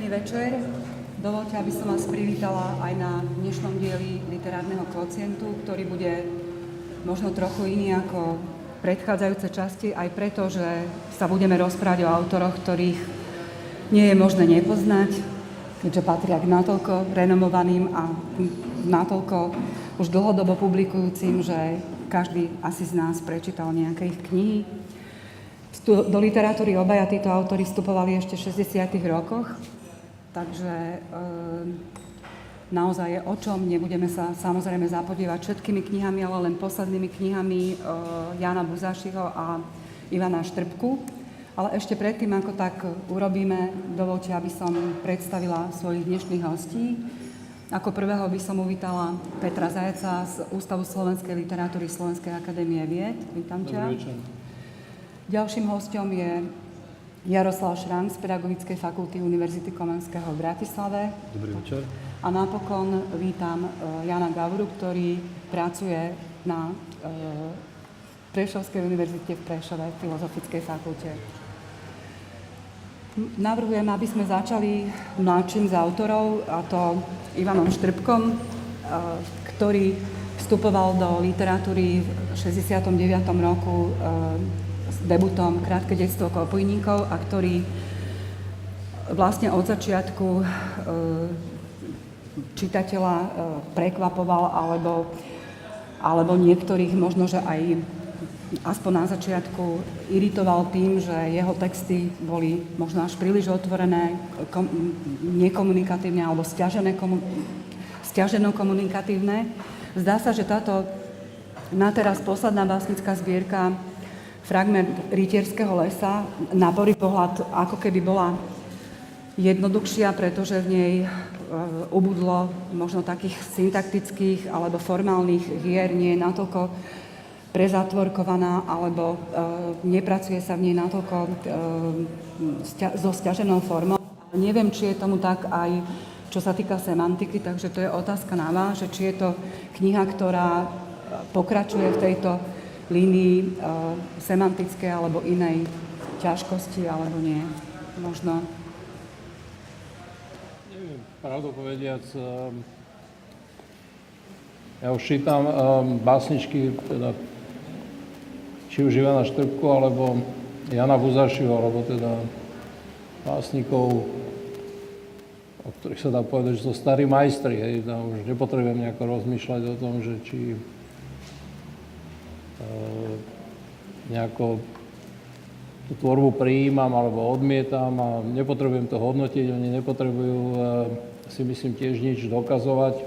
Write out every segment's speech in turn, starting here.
Príjemný večer. Dovoľte, aby som vás privítala aj na dnešnom dieli literárneho kvocientu, ktorý bude možno trochu iný ako predchádzajúce časti, aj preto, že sa budeme rozprávať o autoroch, ktorých nie je možné nepoznať, keďže patria k natoľko renomovaným a natoľko už dlhodobo publikujúcim, že každý asi z nás prečítal nejaké ich knihy. Do literatúry obaja títo autori vstupovali ešte v 60. rokoch, takže naozaj je o čom. Nebudeme sa samozrejme zapodievať všetkými knihami, ale len poslednými knihami Jána Buzašiho a Ivana Štrbku. Ale ešte predtým, ako tak urobíme, dovoľte, aby som predstavila svojich dnešných hostí. Ako prvého by som uvítala Petra Zajaca z Ústavu slovenskej literatúry Slovenskej akadémie vied. Vítam ťa. Dobrý večer. Ďalším hosťom je Jaroslav Šrank z Pedagogickej fakulty Univerzity Komenského v Bratislave. Dobrý večer. A napokon vítam Jana Gavru, ktorý pracuje na Prešovskej univerzite v Prešove, v Filozofickej fakulte. Navrhujem, aby sme začali mladším z autorov, a to Ivanom Štrbkom, ktorý vstupoval do literatúry v 69. roku s debutom Krátke detstvo kopujníkov a ktorý vlastne od začiatku čitateľa prekvapoval alebo niektorých možno, že aj aspoň na začiatku iritoval tým, že jeho texty boli možno až príliš otvorené, nekomunikatívne alebo sťaženo komunikatívne. Zdá sa, že táto na teraz posledná básnická zbierka Fragment rytierského lesa na prvý pohľad ako keby bola jednoduchšia, pretože v nej ubudlo možno takých syntaktických alebo formálnych hier, nie je natoľko prezatvorkovaná alebo nepracuje sa v nej natoľko so sťaženou formou. Neviem, či je tomu tak aj čo sa týka semantiky, takže to je otázka na vás, že či je to kniha, ktorá pokračuje v tejto línii semantickej alebo inej ťažkosti, alebo nie. Možno. Neviem, pravdu povediac, ja už čítam básničky, teda či už Ivana Štrbku, alebo Jana Buzašiho, alebo teda básnikov, o ktorých sa dá povedať, že sú starí majstri, hej, tam už nepotrebujem nejako rozmýšľať o tom, že či nejako tú tvorbu prijímam alebo odmietam a nepotrebujem to hodnotiť, oni nepotrebujú si myslím tiež nič dokazovať.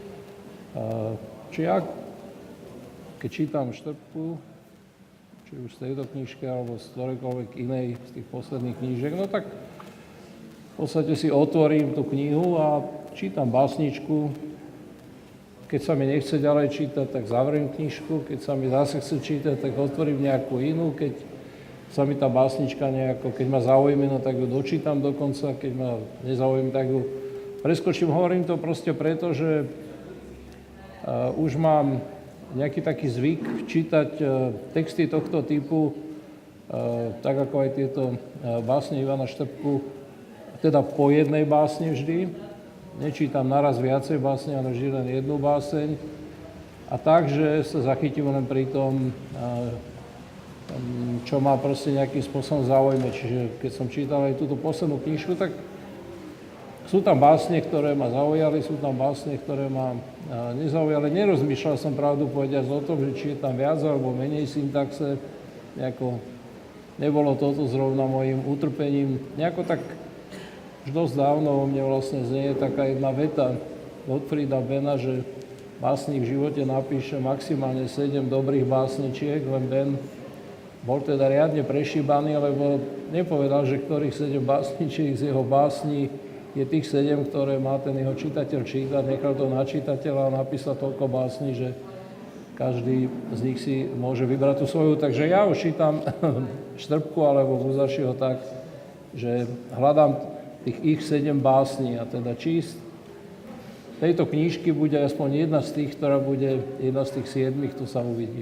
Či ja, keď čítam Štrbku, či už z tejto knižky alebo z ktorejkoľvek inej z tých posledných knížek, no tak v podstate si otvorím tú knihu a čítam básničku. Keď sa mi nechce ďalej čítať, tak zavriem knižku. Keď sa mi zase chce čítať, tak otvorím nejakú inú. Keď sa mi tá básnička nejako, keď ma zaujme, no tak ju dočítam dokonca. Keď ma nezaujme, tak ju preskočím. Hovorím to proste preto, že už mám nejaký taký zvyk čítať texty tohto typu, tak ako aj tieto básne Ivana Štrbku, teda po jednej básni vždy. Nečítam naraz viacej básne, ale vždy len jednu báseň. A tak, že sa zachytím len pri tom, čo ma proste nejakým spôsobom zaujme. Čiže keď som čítal aj túto poslednú knižku, tak sú tam básne, ktoré ma zaujali, sú tam básne, ktoré ma nezaujali. Nerozmýšľal som pravdu povediac o tom, že či je tam viac alebo menej syntaxe. Nejako nebolo toto zrovna mojim utrpením. Nejako tak už dosť dávno vo mne vlastne znie taká jedna veta Gottfrieda Bena, že básnik v živote napíše maximálne 7 dobrých básničiek, len Ben bol teda riadne prešíbaný, lebo nepovedal, že ktorých 7 básničiek z jeho básní je tých 7, ktoré má ten jeho čitateľ čítať. Nechal to na čitateľa a napísal toľko básní, že každý z nich si môže vybrať tú svoju. Takže ja už čítam Štrbku alebo Buzašiho tak, že hľadám tých ich 7 básní a teda čísť tejto knižky bude aspoň jedna z tých, ktorá bude jedna z tých 7, tu sa uvidí.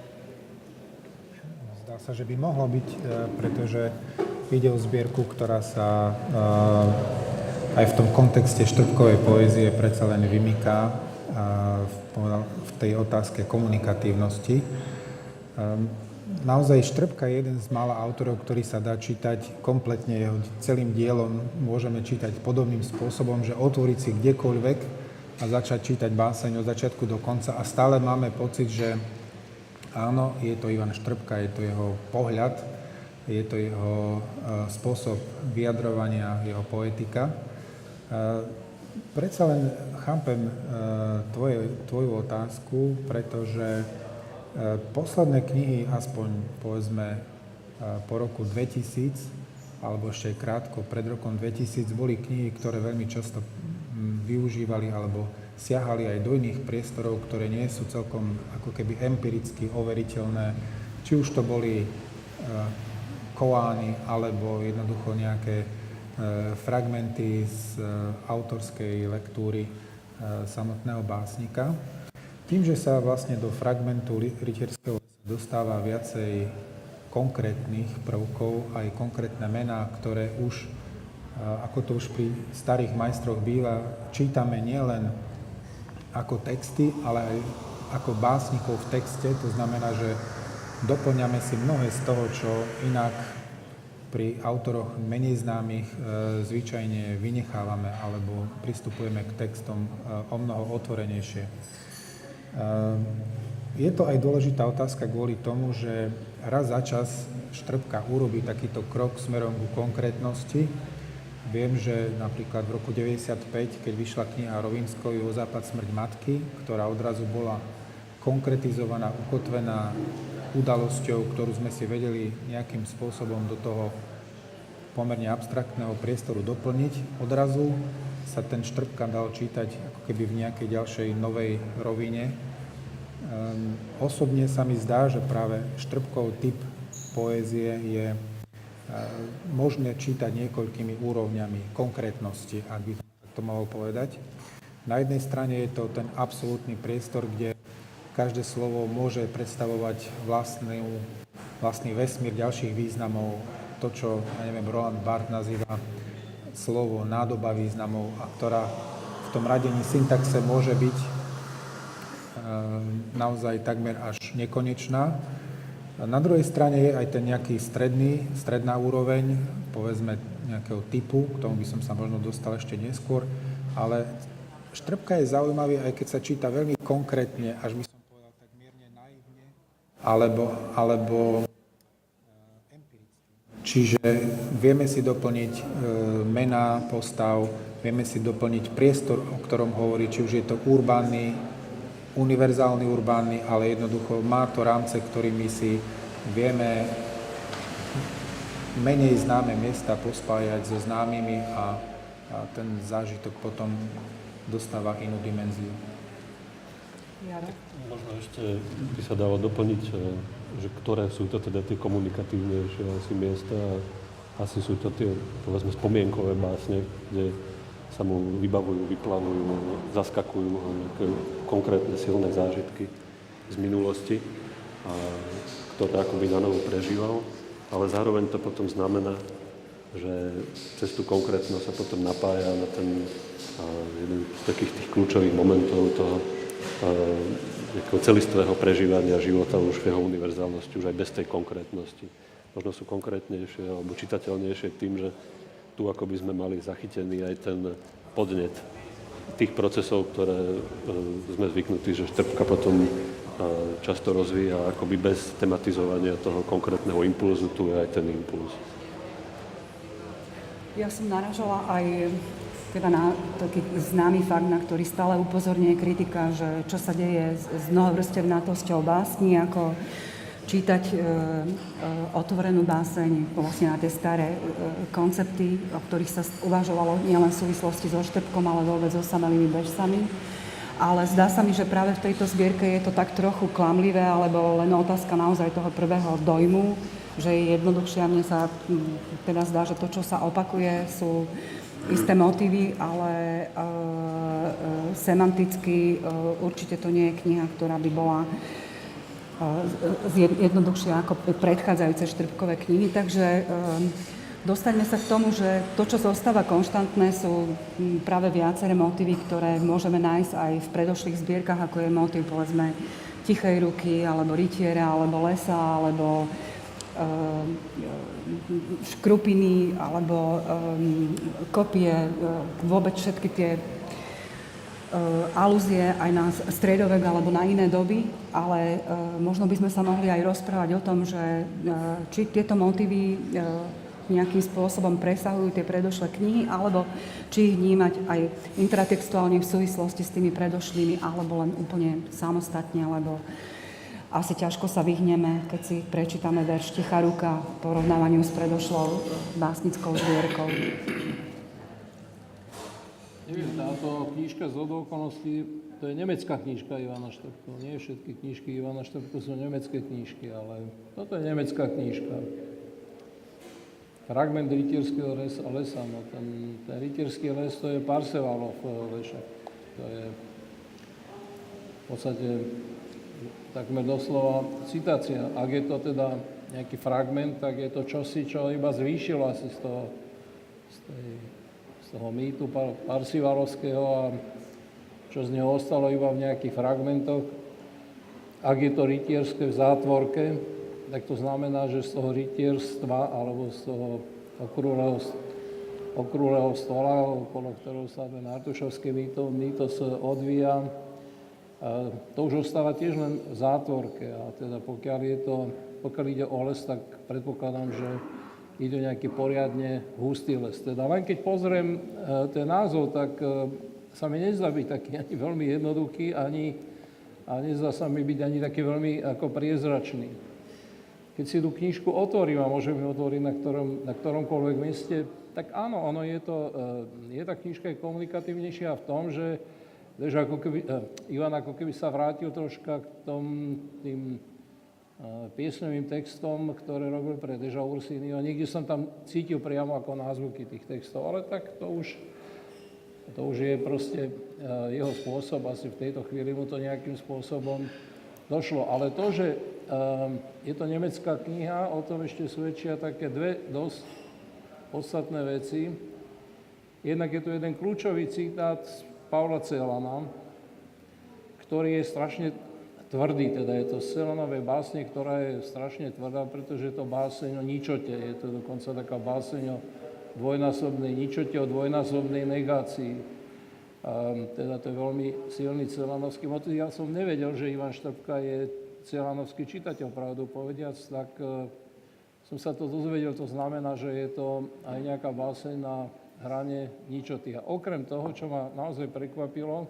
Zdá sa, že by mohlo byť, pretože ide o zbierku, ktorá sa aj v tom kontexte štrbkovej poézie predsa len vymyká v tej otázke komunikatívnosti. Naozaj Štrbka je jeden z mála autorov, ktorý sa dá čítať kompletne, jeho celým dielom môžeme čítať podobným spôsobom, že otvoriť si kdekoľvek a začať čítať báseň od začiatku do konca a stále máme pocit, že áno, je to Ivan Štrbka, je to jeho pohľad, je to jeho spôsob vyjadrovania, jeho poetika. Predsa len chápem tvoju otázku, pretože posledné knihy, aspoň povedzme po roku 2000, alebo ešte krátko pred rokom 2000, boli knihy, ktoré veľmi často využívali alebo siahali aj do iných priestorov, ktoré nie sú celkom ako keby empiricky overiteľné. Či už to boli koány, alebo jednoducho nejaké fragmenty z autorskej lektúry samotného básnika. Tým, že sa vlastne do fragmentu rytierského dostáva viacej konkrétnych prvkov, aj konkrétne mená, ktoré už, ako to už pri starých majstroch býva, čítame nielen ako texty, ale aj ako básnikov v texte. To znamená, že doplňame si mnohé z toho, čo inak pri autoroch menej známych zvyčajne vynechávame alebo pristupujeme k textom o mnoho otvorenejšie. Je to aj dôležitá otázka kvôli tomu, že raz za čas Štrbka urobí takýto krok smerom ku konkrétnosti. Viem, že napríklad v roku 1995, keď vyšla kniha Rovinskovi O západ smrť matky, ktorá odrazu bola konkretizovaná, ukotvená udalosťou, ktorú sme si vedeli nejakým spôsobom do toho pomerne abstraktného priestoru doplniť, odrazu sa ten Štrbka dal čítať ako keby v nejakej ďalšej novej rovine. Osobne sa mi zdá, že práve Štrbkov typ poézie je možné čítať niekoľkými úrovňami konkrétnosti, ak by som to mohol povedať. Na jednej strane je to ten absolútny priestor, kde každé slovo môže predstavovať vlastný vesmír ďalších významov. To, čo, Roland Barthes nazýva slovo nádoba významov, a ktorá v tom radení syntaxe môže byť naozaj takmer až nekonečná. Na druhej strane je aj ten nejaký stredná úroveň, povedzme nejakého typu, k tomu by som sa možno dostal ešte neskôr, ale Štrbka je zaujímavý, aj keď sa číta veľmi konkrétne, až by som povedal tak mierne naivne, alebo empiricky. Čiže vieme si doplniť mená postav, vieme si doplniť priestor, o ktorom hovorí, či už je to urbánny, univerzálny urbánny, ale jednoducho má to rámce, ktorými si vieme menej známe miesta pospájať so známymi a ten zážitok potom dostáva inú dimenziu. Možno ešte by sa dalo doplniť, že ktoré sú to teda tie komunikatívnejšie asi miesta. Asi sú to tie, povedzme, spomienkové básne, kde sa mu vybavujú, vyplavujú, zaskakujú nejaké konkrétne silné zážitky z minulosti, ktoré akoby na novo prežíval, ale zároveň to potom znamená, že cez tú konkrétnosť sa potom napája na ten jeden z takých tých kľúčových momentov toho celistvého prežívania života už v jeho univerzálnosti, už aj bez tej konkrétnosti. Možno sú konkrétnejšie alebo čitateľnejšie tým, že tu ako by sme mali zachytený aj ten podnet tých procesov, ktoré sme zvyknutí, že Štrbka potom často rozvíja akoby bez tematizovania toho konkrétneho impulzu, tu je aj ten impuls. Ja som naražala aj teda na taký známy fakt, na ktorý stále upozorňuje kritika, že čo sa deje s mnohovrstevnatosťou básni, ako čítať otvorenú báseň vlastne na tie staré koncepty, o ktorých sa uvažovalo nielen v súvislosti so Štrbkom, ale vôbec so osamelými bežcami. Ale zdá sa mi, že práve v tejto zbierke je to tak trochu klamlivé, alebo len otázka naozaj toho prvého dojmu, že je jednoduchšie. A mne sa teda zdá, že to, čo sa opakuje, sú isté motívy, ale semanticky určite to nie je kniha, ktorá by bola jednoduchšie ako predchádzajúce Štrbkové knihy. Takže dostaňme sa k tomu, že to, čo zostáva konštantné, sú práve viaceré motívy, ktoré môžeme nájsť aj v predošlých zbierkach, ako je motív, povedzme, Tichej ruky, alebo rytiera, alebo lesa, alebo škrupiny, alebo kopie, vôbec všetky tie alúzie aj na stredovek alebo na iné doby, ale možno by sme sa mohli aj rozprávať o tom, že či tieto motívy nejakým spôsobom presahujú tie predošlé knihy, alebo či ich vnímať aj intratextuálne v súvislosti s tými predošlými, alebo len úplne samostatne, lebo asi ťažko sa vyhneme, keď si prečítame verš Tichá ruka v porovnávaniu s predošlou básnickou zbierkou. Neviem, táto knižka z okolností, to je nemecká knižka Ivana Štrbku. Nie všetky knižky Ivana Štrbku sú nemecké knižky, ale toto je nemecká knižka. Fragment rytierského lesa. No ten rytierský les, to je Parsevalov lešak. To je v podstate takmer doslova citácia. Ak je to teda nejaký fragment, tak je to čosi, čo iba zvýšilo asi z toho mýtu Parsivalovského a čo z neho ostalo iba v nejakých fragmentoch. Ak je to rytierské v zátvorke, tak to znamená, že z toho rytierstva alebo z toho okrúhleho stola, okolo ktorého sa ten artušovský mýtos odvíja, to už ostáva tiež len v zátvorke. A teda pokiaľ ide o les, tak predpokladám, že ide o nejaký poriadne hustý les. Teda len keď pozriem ten názov, tak sa mi nezdá byť taký ani veľmi jednoduchý, a nezdá sa mi byť ani taký veľmi ako priezračný. Keď si tú knižku otvorím, a môžem ju otvoriť na ktoromkoľvek mieste, tak áno, je tá knižka komunikatívnejšia v tom, že Ivan ako keby sa vrátil troška k tým piesňovým textom, ktoré robil pre Deža Ursiniho. Niekde som tam cítil priamo ako názvuky tých textov, ale tak to už je proste jeho spôsob, asi v tejto chvíli mu to nejakým spôsobom došlo. Ale to, že je to nemecká kniha, o tom ešte svedčia také dve dosť podstatné veci. Jednak je tu jeden kľúčový citát z Pavla Celana, ktorý je strašne tvrdý, teda je to z Celanovej básne, ktorá je strašne tvrdá, pretože je to báseň o ničote, je to dokonca taká báseň o dvojnásobnej ničote, o dvojnásobnej negácii. Teda to je veľmi silný celanovský motív. Ja som nevedel, že Ivan Štrbka je celanovský čitateľ, pravdu povediac, tak som sa to dozvedel, to znamená, že je to aj nejaká báseň na hrane ničoty. A okrem toho, čo ma naozaj prekvapilo,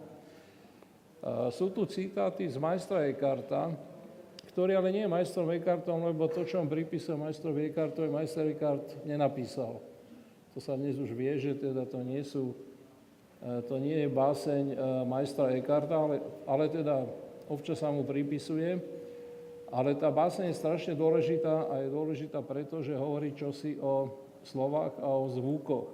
sú tu citáty z majstra Eckarta, ktorý ale nie je majstrom Eckartom, lebo to, čo on pripísal majstrovi Eckartovi, majster Eckart nenapísal. To sa dnes už vie, že teda to nie je báseň majstra Eckarta, ale teda občas sa mu pripisuje. Ale tá báseň je strašne dôležitá a je dôležitá preto, že hovorí čosi o slovách a o zvukoch.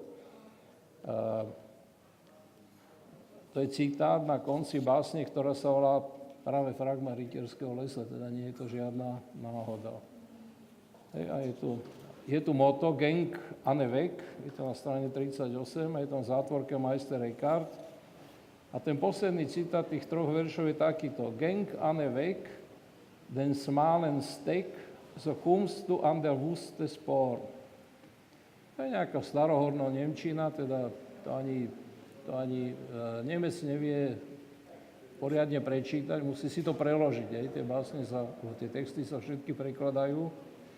To je citát na konci básne, ktorá sa volá práve Fragment rytierského lesa, teda nie je to žiadna náhoda. A je tu motto Gang ane weg, je to na strane 38, a je tam v zátvorke majster Eckart. A ten posledný citát tých troch veršov je takýto. Gang ane weg, den smalen Steg, so kommst du an der Wüste Spor. To je nejaká starohorná nemčina, teda to ani Nemec nevie poriadne prečítať, musí si to preložiť. Tie texty sa všetky prekladajú.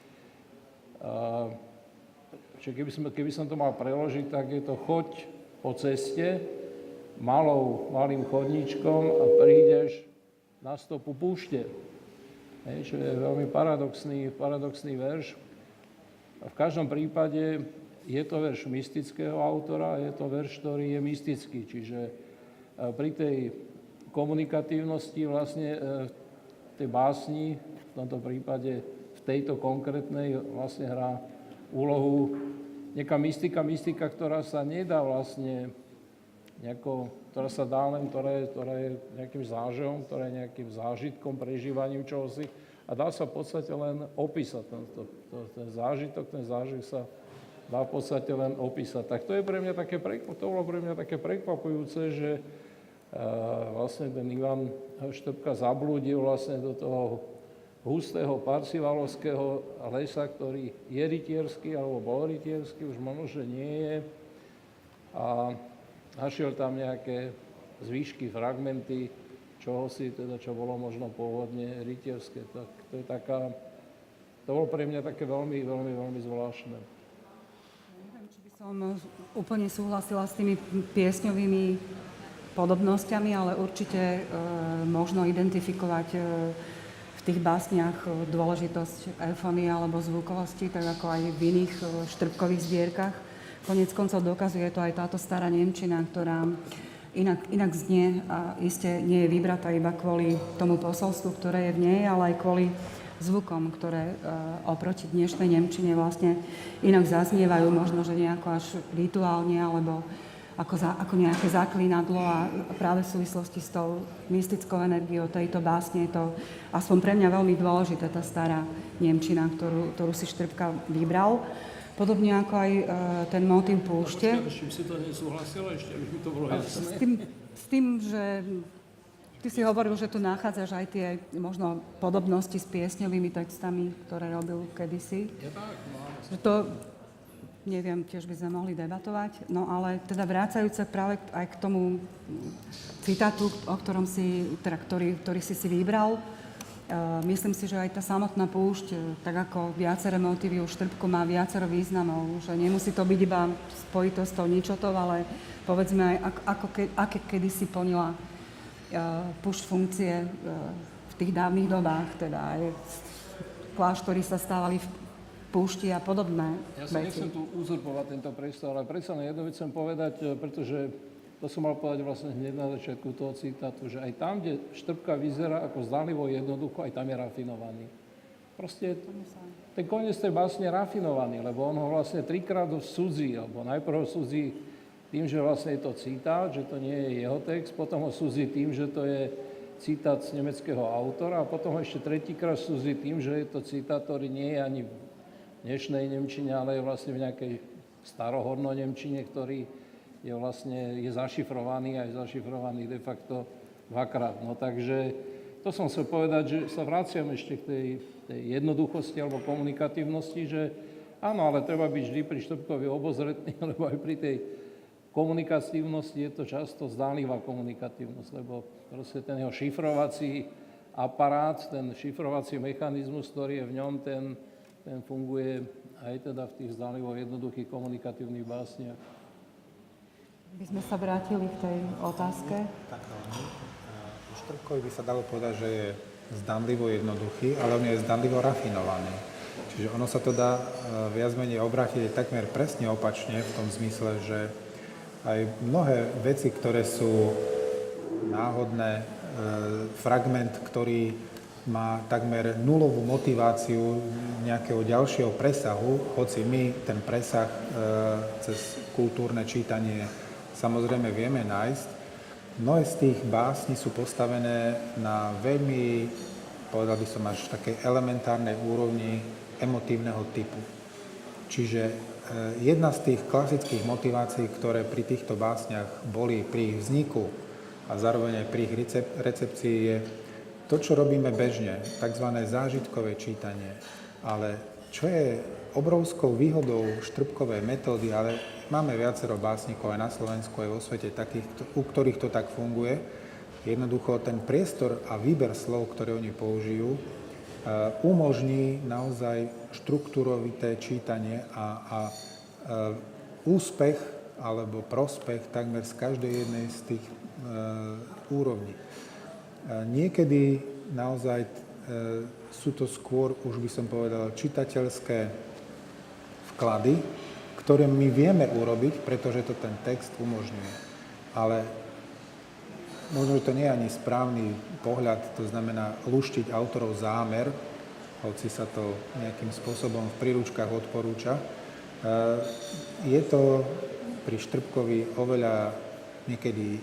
Čiže keby som to mal preložiť, tak je to choď po ceste malým chodníčkom a prídeš na stopu púšte. Čo je veľmi paradoxný verš. A v každom prípade je to verš mystického autora, je to verš, ktorý je mystický. Čiže pri tej komunikatívnosti vlastne tej básni, v tomto prípade v tejto konkrétnej vlastne hrá úlohu nejaká mystika, ktorá sa nedá vlastne ktorá sa dá len, ktorá je nejakým zážehom, ktorá je nejakým zážitkom, prežívaním čohosi a dá sa v podstate len opísať ten zážitok, ten zážih sa má v podstate len opísať. Tak to je pre mňa to bolo pre mňa také prekvapujúce, že vlastne ten Ivan Štrbka zablúdil vlastne do toho hustého parcivalovského lesa, ktorý je rytierský, alebo bol rytierský, už možno, že nie je. A našiel tam nejaké zvýšky, fragmenty, čo bolo možno pôvodne rytierské. Tak to bolo pre mňa také veľmi, veľmi, veľmi zvláštne. Neviem, či by som úplne súhlasila s tými piesňovými podobnosťami, ale určite možno identifikovať v tých básniach dôležitosť eufónie alebo zvukovosti, tak ako aj v iných Štrbkových zbierkach. Koniec koncov dokazuje to aj táto stará nemčina, ktorá inak znie a iste nie je vybratá iba kvôli tomu posolstvu, ktoré je v nej, ale aj kvôli zvukom, ktoré oproti dnešnej nemčine vlastne inak zaznievajú, možno, že nejako až rituálne, alebo ako nejaké zaklínadlo a práve v súvislosti s tou mystickou energiou tejto básne je to aspoň pre mňa veľmi dôležité, tá stará nemčina, ktorú si Štrbka vybral. Podobne ako aj ten motív púšte. S čím si to nesúhlasila ešte, aby mi to bolo jasné? S tým, že ty si hovoril, že tu nachádzaš aj tie možno podobnosti s piesňovými textami, ktoré robil kedysi. Je tak, no. To, neviem, tiež by sme mohli debatovať, no ale teda vrácajúce práve aj k tomu citátu, o ktorom ktorý si vybral, myslím si, že aj tá samotná púšť, tak ako viaceré motívy u Štrbku má viacero významov, že nemusí to byť iba spojitosť s tou ničotou, ale povedzme aj aké kedysi plnila púšť funkcie v tých dávnych dobách, teda aj kláštory sa stávali v púšti a podobné Ja sa nechcem tu uzurpovať tento priestor, ale predsa len jednu vec chcem povedať, pretože to som mal povedať vlastne hneď na začiatku toho citátu, že aj tam, kde Štrbka vyzerá ako zdanlivo jednoducho, aj tam je rafinovaný. Proste ten koniec tej básne je rafinovaný, lebo on ho vlastne trikrát sudzí, alebo najprv ho sudzí tým, že vlastne je to citát, že to nie je jeho text, potom ho sudzí tým, že to je citát z nemeckého autora a potom ho ešte tretíkrát sudzí tým, že je to citát, ktorý nie je ani v dnešnej nemčine, ale je vlastne v nejakej starohorno nemčine, ktorý je vlastne zašifrovaný a je zašifrovaný de facto dvakrát. No takže to som chcel povedať, že sa vraciam ešte k tej jednoduchosti alebo komunikatívnosti, že áno, ale treba byť vždy pri Štrbkovi obozretný, lebo aj pri tej komunikatívnosti je to často zdánlivá komunikatívnosť, lebo proste ten jeho šifrovací aparát, ten šifrovací mechanizmus, ktorý je v ňom, ten funguje aj teda v tých zdánlivo jednoduchých komunikatívnych básniach. By sme sa vrátili k tej otázke. Tak, u Štrbkovi by sa dalo povedať, že je zdanlivo jednoduchý, ale on je zdanlivo rafinovaný. Čiže ono sa to dá viac menej obrátiť takmer presne opačne v tom zmysle, že aj mnohé veci, ktoré sú náhodné, fragment, ktorý má takmer nulovú motiváciu nejakého ďalšieho presahu, hoci my ten presah cez kultúrne čítanie samozrejme vieme nájsť. Mnohé z tých básní sú postavené na veľmi, povedal by som až takej elementárnej úrovni emotívneho typu. Čiže jedna z tých klasických motivácií, ktoré pri týchto básniach boli pri ich vzniku a zároveň aj pri ich recepcii, je to, čo robíme bežne, tzv. Zážitkové čítanie. Ale čo je obrovskou výhodou Štrbkovej metódy, ale máme viacero básnikov aj na Slovensku, aj vo svete takých, u ktorých to tak funguje, jednoducho ten priestor a výber slov, ktoré oni použijú, umožní naozaj štruktúrovité čítanie a úspech alebo prospech takmer z každej jednej z tých úrovní. Niekedy naozaj sú to skôr, už by som povedal, čitateľské vklady, ktoré my vieme urobiť, pretože to ten text umožňuje. Ale možno, že to nie je ani správny pohľad, to znamená luštiť autorov zámer, hoci sa to nejakým spôsobom v príručkách odporúča. Je to pri Štrbkovi oveľa niekedy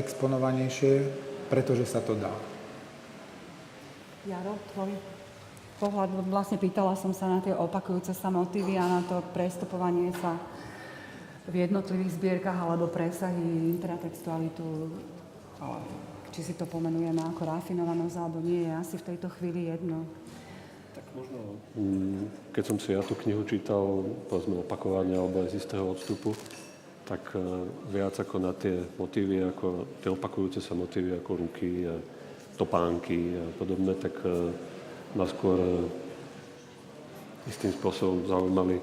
preexponovanejšie, pretože sa to dá. Jaro, tvoj pohľad, vlastne pýtala som sa na tie opakujúce sa motívy a na to prestupovanie sa v jednotlivých zbierkach alebo presahy, intratextualitu, ale či si to pomenujeme ako rafinovanosť alebo nie, je asi v tejto chvíli jedno. Tak možno, keď som si ja tú knihu čítal, povedzme opakovane alebo aj z istého odstupu, tak viac ako na tie motívy, ako tie opakujúce sa motívy ako ruky a topánky a podobné, tak ma skôr istým spôsobom zaujímali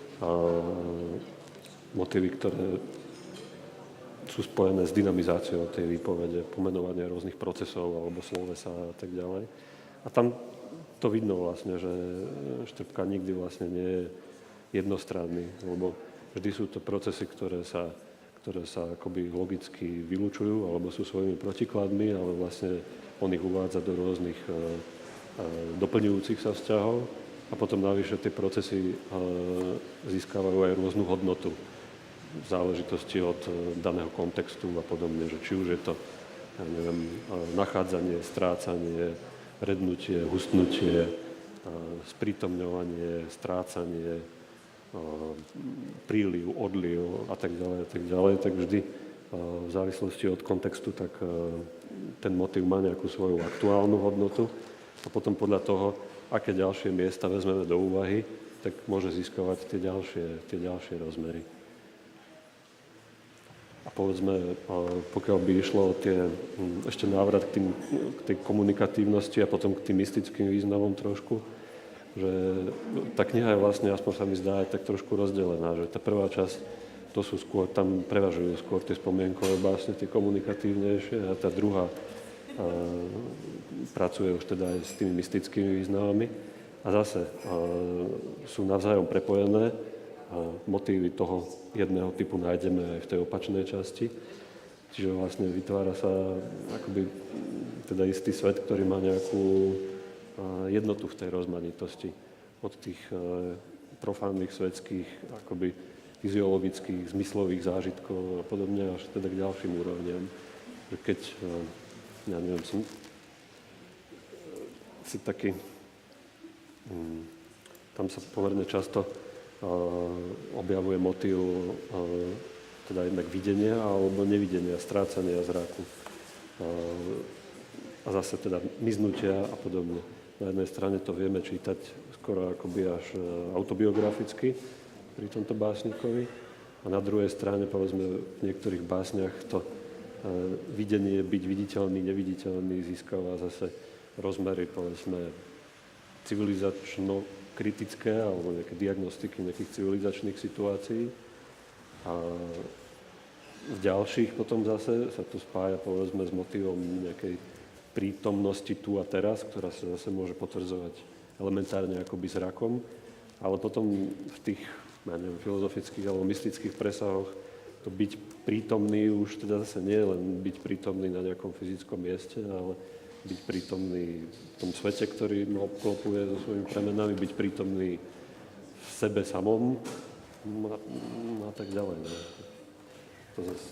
motívy, ktoré sú spojené s dynamizáciou tej výpovede, pomenovania rôznych procesov alebo slovesa a tak ďalej. A tam to vidno vlastne, že Štrbka nikdy vlastne nie je jednostranný, lebo vždy sú to procesy, ktoré sa akoby logicky vylúčujú alebo sú svojimi protikladmi, ale vlastne on ich uvádza do rôznych doplňujúcich sa vzťahov a potom navyše tie procesy získavajú aj rôznu hodnotu v záležitosti od daného kontextu a podobne, že či už je to, ja neviem, nachádzanie, strácanie, rednutie, hustnutie, sprítomňovanie, strácanie, príliv, odliv a tak ďalej, tak vždy v závislosti od kontextu, tak ten motív má nejakú svoju aktuálnu hodnotu a potom podľa toho, aké ďalšie miesta vezmeme do úvahy, tak môže získavať tie ďalšie rozmery. A povedzme, pokiaľ by išlo o ešte návrat k tej komunikatívnosti a potom k tým mystickým významom trošku, že tá kniha je vlastne, aspoň sa mi zdá, aj tak trošku rozdelená, že tá prvá časť, to sú skôr, tam prevažujú skôr tie spomienkové básne, tie komunikatívnejšie a tá druhá pracuje už teda aj s tými mystickými významami a zase sú navzájom prepojené. Motívy toho jedného typu nájdeme aj v tej opačnej časti. Čiže vlastne vytvára sa akoby teda istý svet, ktorý má nejakú jednotu v tej rozmanitosti. Od tých profánnych svetských, akoby fyziologických, zmyslových zážitkov a podobne až teda k ďalším úrovniam. Že keď, ja neviem, som si taký, tam sa pomerne často objavuje motív teda jednak videnia alebo nevidenia, strácania zraku a zase teda miznutia a podobne. Na jednej strane to vieme čítať skoro akoby až autobiograficky pri tomto básnikovi a na druhej strane, povedzme, v niektorých básniach to videnie, byť viditeľný, neviditeľný získava zase rozmery, povedzme, civilizačno-kritické alebo nejaké diagnostiky nejakých civilizačných situácií. A v ďalších potom zase sa to spája, povedzme, s motívom nejakej prítomnosti tu a teraz, ktorá sa zase môže potvrdzovať elementárne akoby zrakom, ale potom v tých, ja neviem, filozofických alebo mystických presahoch to byť prítomný už teda zase nie je len byť prítomný na nejakom fyzickom mieste, ale byť prítomný v tom svete, ktorý ma obklopuje so svojimi premenami, byť prítomný v sebe samom a tak ďalej. No. To zase...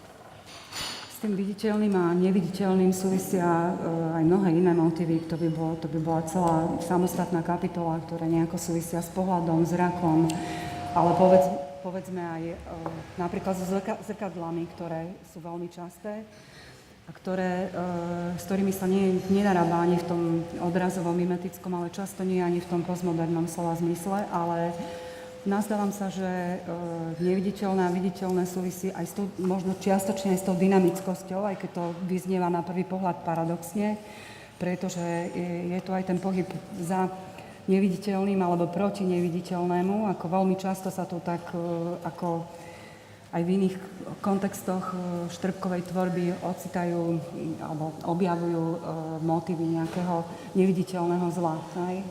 S tým viditeľným a neviditeľným súvisia aj mnohé iné motívy. To by bola celá samostatná kapitola, ktorá nejako súvisia s pohľadom, zrakom, ale povedzme aj napríklad so zrkadlami, ktoré sú veľmi časté a s ktorými sa nenarába ani v tom obrazovom, mimetickom, ale často nie ani v tom postmodernom slova zmysle, ale nazdávam sa, že neviditeľné a viditeľné súvisí aj s tou, možno čiastočne aj s tou dynamickosťou, aj keď to vyznieva na prvý pohľad paradoxne, pretože je tu aj ten pohyb za neviditeľným alebo proti neviditeľnému, ako veľmi často sa tu tak, ako aj v iných kontextoch štrbkovej tvorby ocitajú alebo objavujú motívy nejakého neviditeľného zla.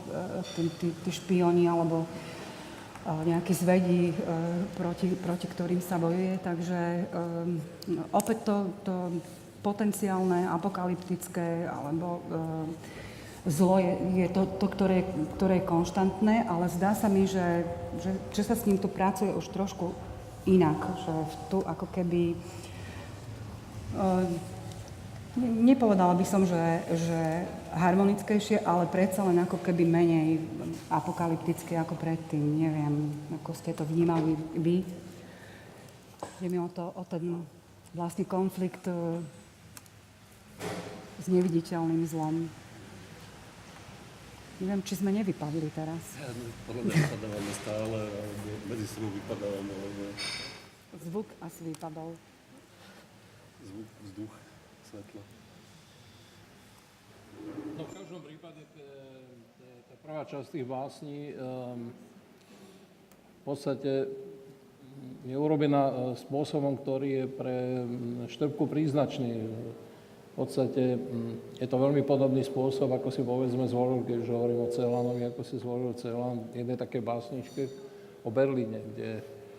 Tí špioni alebo nejakí zvedí, proti ktorým sa bojuje. Takže opäť to potenciálne, apokalyptické alebo zlo je to ktoré je konštantné, ale zdá sa mi, že sa s ním tu pracuje už trošku inak. Že tu ako keby Nepovedala by som, že harmonickejšie, ale predsa len ako keby menej apokalyptické ako predtým. Neviem, ako ste to vnímali vy. Je mi o ten vlastný konflikt s neviditeľným zlom. Neviem, či sme nevypadli teraz. Podľa mňa vypadávame stále, alebo medzi sebou vypadávame, alebo... Zvuk asi vypadol. Zvuk, vzduch, svetlo. No v každom prípade tá prvá časť tých básní v podstate je urobená spôsobom, ktorý je pre Štrbku príznačný. V podstate je to veľmi podobný spôsob, ako si povedzme zvolil, keď už hovorím o Celanovi, ako si zvolil Celan, jednej také básničke o Berlíne, kde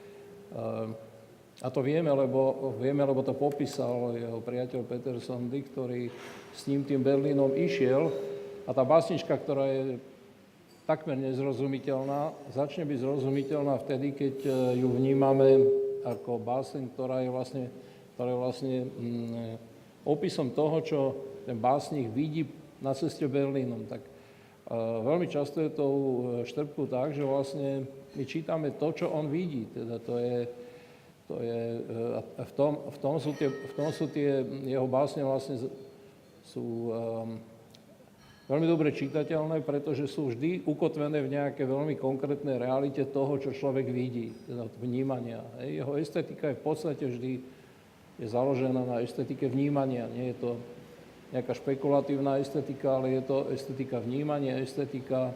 a to vieme, lebo to popísal jeho priateľ Peter Sondy, ktorý s ním tým Berlínom išiel. A tá básnička, ktorá je takmer nezrozumiteľná, začne byť zrozumiteľná vtedy, keď ju vnímame ako báseň, ktorá je vlastne opisom toho, čo ten básnik vidí na ceste Berlínom. Tak veľmi často je to u Štrbku tak, že vlastne my čítame to, čo on vidí. Teda v tom sú tie jeho básne vlastne sú veľmi dobre čitateľné, pretože sú vždy ukotvené v nejaké veľmi konkrétnej realite toho, čo človek vidí, teda vnímania. Jeho estetika je v podstate vždy založená na estetike vnímania. Nie je to nejaká špekulatívna estetika, ale je to estetika vnímania, estetika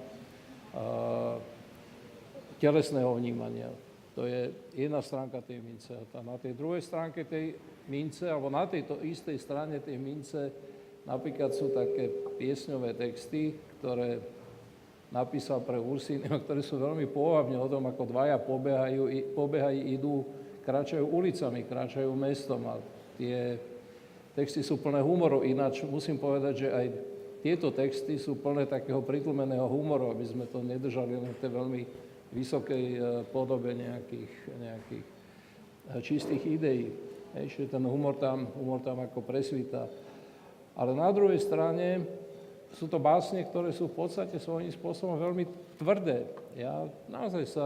telesného vnímania. To je jedna stránka tej mince. A na tej druhej stránke tej mince, alebo na tejto istej strane tej mince, napríklad sú také piesňové texty, ktoré napísal pre Ursínyho, ktoré sú veľmi pôvabne o tom, ako dvaja pobehajú, idú, kráčajú ulicami, kráčajú mestom. A tie texty sú plné humoru. Ináč musím povedať, že aj tieto texty sú plné takého pritlmeného humoru, aby sme to nedržali len v tej veľmi vysokej podobe nejakých čistých ideí. Čiže ten humor tam ako presvíta. Ale na druhej strane sú to básne, ktoré sú v podstate svojím spôsobom veľmi tvrdé. Ja naozaj sa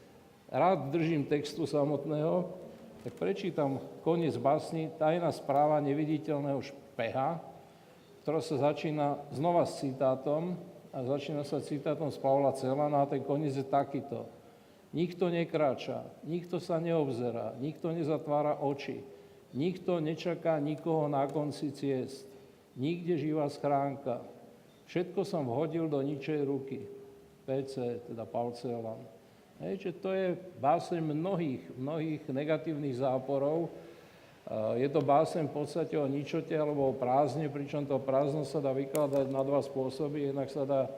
rád držím textu samotného, tak prečítam koniec básni Tajná správa neviditeľného špeha, ktorá sa začína znova s citátom, a začína sa citátom z Pavla Celana a ten koniec je takýto. Nikto nekráča, nikto sa neobzerá, nikto nezatvára oči, nikto nečaká nikoho na konci ciest, nikde živá schránka. Všetko som vhodil do ničej ruky. PC, teda Pavel Celan. Čiže to je báseň mnohých negatívnych záporov. Je to báseň v podstate o ničote alebo o prázdne, pričom to prázdno sa dá vykladať na dva spôsoby. Jednak sa dá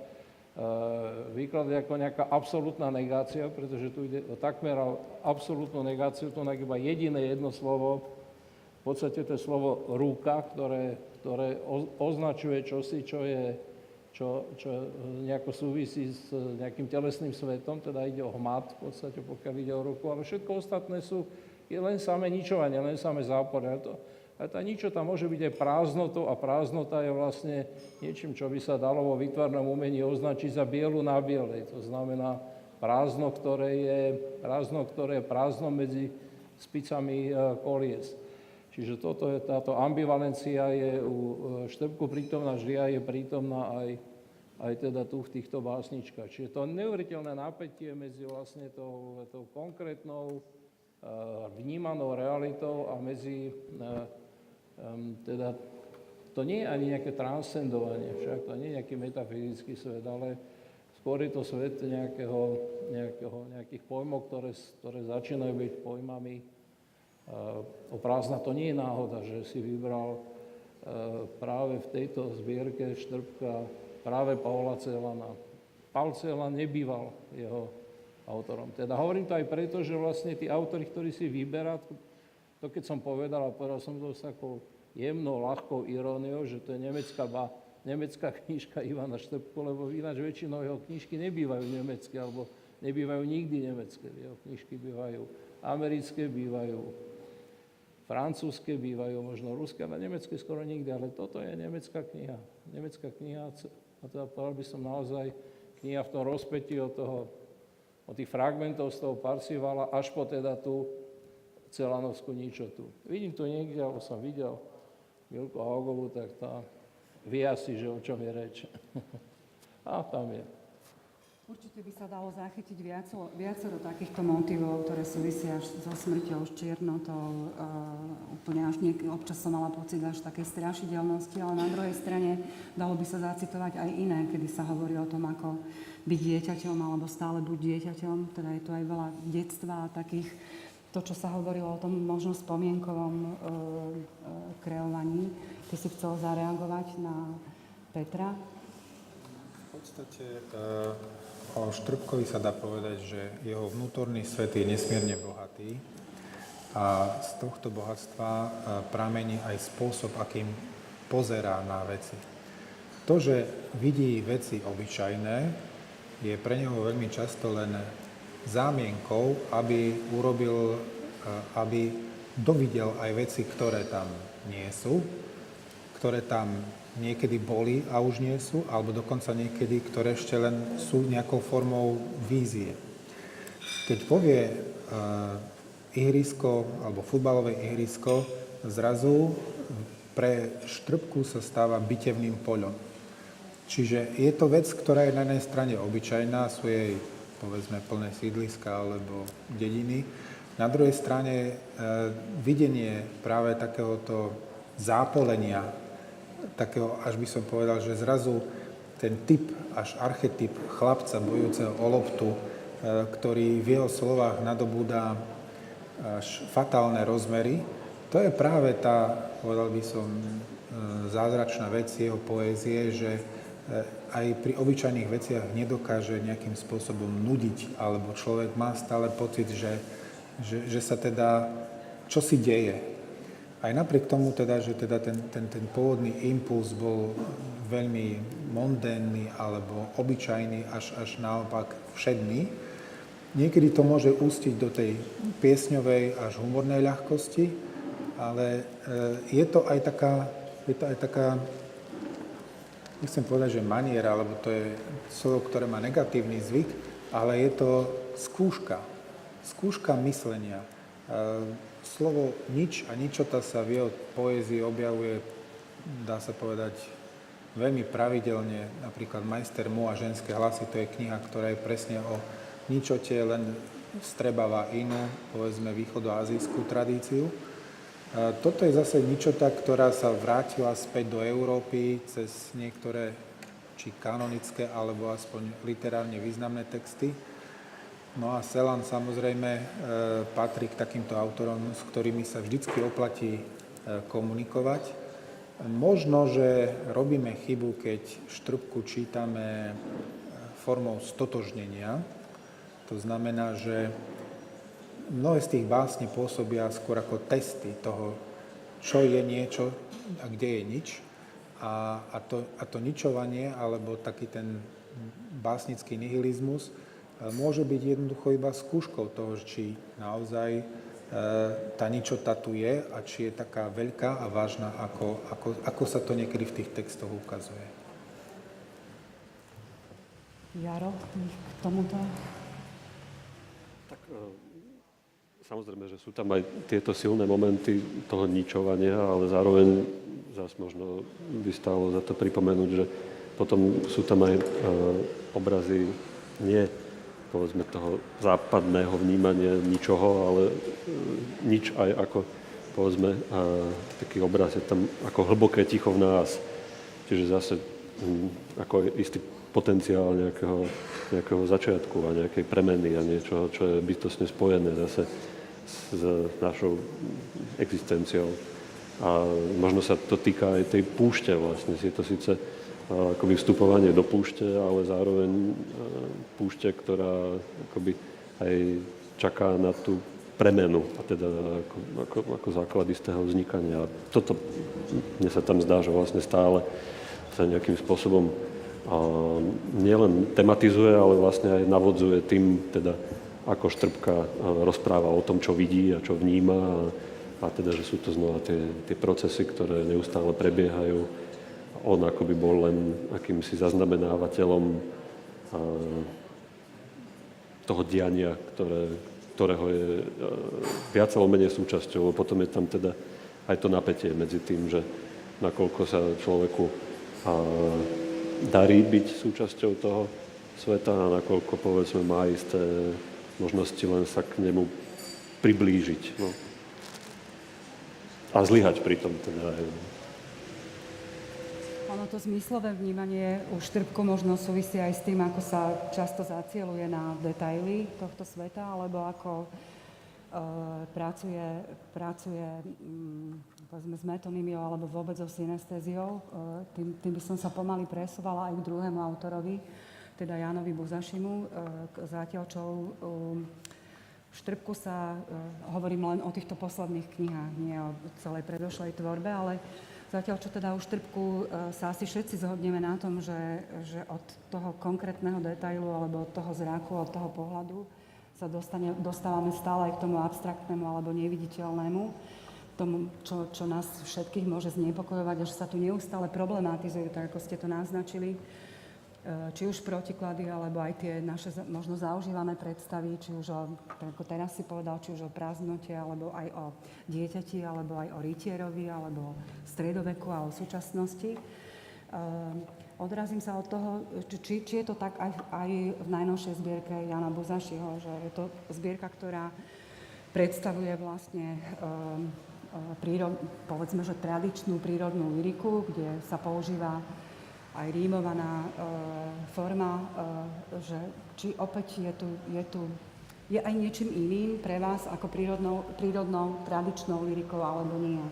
vykladať ako nejaká absolútna negácia, pretože tu ide o takmer absolútnu negáciu, to je iba jediné jedno slovo, v podstate to je slovo rúka, ktoré označuje čosi, čo nejako súvisí s nejakým telesným svetom, teda ide o hmat, v podstate pokiaľ ide o ruku, ale všetko ostatné je len samé ničovanie, len samé zápory. A tá ničota môže byť aj prázdnotou a prázdnota je vlastne niečím, čo by sa dalo vo výtvarnom umení označiť za bielu na bielej. To znamená prázdno, ktoré je prázdno medzi spicami kolies. Čiže táto ambivalencia je u Štrbku prítomná vždy a je prítomná aj teda tu v týchto básničkách. Čiže to neuveriteľné napätie medzi vlastne tou konkrétnou vnímanou realitou a medzi, teda to nie je ani nejaké transcendovanie, však to nie je nejaký metafyzický svet, ale skôr je to svet nejakých pojmov, ktoré začínajú byť pojmami o prázdna. To nie je náhoda, že si vybral práve v tejto zbierke Štrbka práve Pavla Celana. Pavel Celan nebýval jeho autorom. Teda hovorím to aj preto, že vlastne tí autori, ktorí si vyberá, to keď som povedal som to s takou jemnou, ľahkou iróniou, že to je nemecká knižka Ivana Štrbku, lebo ináč väčšinou jeho knižky nebývajú nemecké, alebo nebývajú nikdy nemecké. Jeho knižky bývajú americké, bývajú francúzske, bývajú možno ruské, ale nemecké skoro nikdy, ale toto je nemecká kniha. Nemecká kniha, a teda povedal by som naozaj kniha v tom rozpätí od tých fragmentov z toho Parzivala až po teda tú celanovskú ničotu. Vidím tu niekde, alebo som videl Milku Haugovú, tak tá vie asi, že o čom je reč. A tam je. Určite by sa dalo zachytiť viacero takýchto motivov, ktoré súvisia so smrťou, s čiernotou. Úplne občas som mala pocit až takej strašidelnosti, ale na druhej strane dalo by sa zacitovať aj iné, kedy sa hovorí o tom, ako byť dieťaťom alebo stále buď dieťaťom. Teda je tu aj veľa detstva a takých, to, čo sa hovorilo o tom možno spomienkovom kreovaní. Ty si chcel zareagovať na Petra? V podstate o Štrbkovi sa dá povedať, že jeho vnútorný svet je nesmierne bohatý a z tohto bohatstva pramení aj spôsob, akým pozerá na veci. To, že vidí veci obyčajné, je pre neho veľmi často len zámienkou, aby dovidel aj veci, ktoré tam nie sú, ktoré tam niekedy boli a už nie sú, alebo dokonca niekedy, ktoré ešte len sú nejakou formou vízie. Keď povie ihrisko alebo futbalové ihrisko, zrazu pre Štrbku sa stáva bitevným poľom. Čiže je to vec, ktorá je na jednej strane obyčajná, sú jej, povedzme, plné sídliska alebo dediny. Na druhej strane videnie práve takéhoto zápolenia, takého, až by som povedal, že zrazu ten typ, až archetyp chlapca bojujúceho o loptu, ktorý v jeho slovách nadobúda až fatálne rozmery, to je práve tá, povedal by som, zázračná vec jeho poézie, že aj pri obyčajných veciach nedokáže nejakým spôsobom nudiť, alebo človek má stále pocit, že sa teda čosi deje. Aj napriek tomu teda, že teda ten pôvodný impuls bol veľmi mondénny alebo obyčajný, až naopak všedný, niekedy to môže ústiť do tej piesňovej až humornej ľahkosti, ale je to aj taká, nechcem povedať, že maniera, lebo to je slovo, ktoré má negatívny zvyk, ale je to skúška myslenia. Slovo nič a ničota sa v jeho poézii objavuje, dá sa povedať, veľmi pravidelne. Napríklad Majster Mu a ženské hlasy, to je kniha, ktorá je presne o ničote, len vstrebáva inú, povedzme, východoazijskú tradíciu. Toto je zase ničota, ktorá sa vrátila späť do Európy cez niektoré, či kanonické, alebo aspoň literárne významné texty. No a Celan samozrejme patrí k takýmto autorom, s ktorými sa vždycky oplatí komunikovať. Možno, že robíme chybu, keď Štrbku čítame formou stotožnenia. To znamená, že mnohé z tých básní pôsobia skôr ako testy toho, čo je niečo a kde je nič. A to ničovanie, alebo taký ten básnický nihilizmus, môže byť jednoducho iba skúškou toho, či naozaj tá ničota tu je a či je taká veľká a vážna, ako sa to niekedy v tých textoch ukazuje. Jaro, k tomuto? Tak samozrejme, že sú tam aj tieto silné momenty toho ničovania, ale zároveň zase možno by stálo za to pripomenúť, že potom sú tam aj obrazy nie povedzme toho západného vnímania ničoho, ale nič aj ako povedzme taký obraz je tam ako hlboké ticho v nás. Čiže zase ako istý potenciál nejakého začiatku a nejakej premeny a niečo, čo je bytostne spojené zase s našou existenciou. A možno sa to týka aj tej púšte vlastne. Je to síce akoby vstupovanie do púšte, ale zároveň púšte, ktorá akoby aj čaká na tú premenu a teda ako základ istého vznikania. A toto mne sa tam zdá, že vlastne stále sa nejakým spôsobom nielen tematizuje, ale vlastne aj navodzuje tým, teda ako Štrbka rozpráva o tom, čo vidí a čo vníma a a teda, že sú to znova tie procesy, ktoré neustále prebiehajú. On akoby bol len akýmsi zaznamenávateľom toho diania, ktorého je viac alebo menej súčasťou. Potom je tam teda aj to napätie medzi tým, že nakoľko sa človeku darí byť súčasťou toho sveta a nakoľko, povedzme, má isté možnosti len sa k nemu priblížiť. No. A zlyhať pri tom teda aj. Ono to zmyslové vnímanie u Štrbku možno súvisí aj s tým, ako sa často zacieluje na detaily tohto sveta, alebo ako pracuje povedzme, s metonímiou alebo vôbec so synestéziou. Tým by som sa pomaly presúvala aj k druhému autorovi, teda Jánovi Buzašimu. Zatiaľ, čo v Štrbku sa hovorím len o týchto posledných knihách, nie o celej predošlej tvorbe, ale zatiaľ, čo teda u Štrbku sa asi všetci zhodneme na tom, že od toho konkrétneho detailu alebo od toho zraku, od toho pohľadu sa dostávame stále aj k tomu abstraktnému alebo neviditeľnému, tomu, čo nás všetkých môže znepokojovať, až sa tu neustále problematizujú, tak ako ste to naznačili, či už protiklady, alebo aj tie naše možno zaužívané predstavy, či už tak ako teraz si povedal, či už o prázdnote, alebo aj o dieťati, alebo aj o rytierovi, alebo o stredoveku a o súčasnosti. Odrazím sa od toho, či je to tak aj v najnovšej zbierke Jana Buzašiho, že je to zbierka, ktorá predstavuje vlastne povedzme, že tradičnú prírodnú lyriku, kde sa používa aj rímovaná forma, že či opäť je aj niečím iným pre vás ako prírodnou tradičnou lyrikou, alebo nie?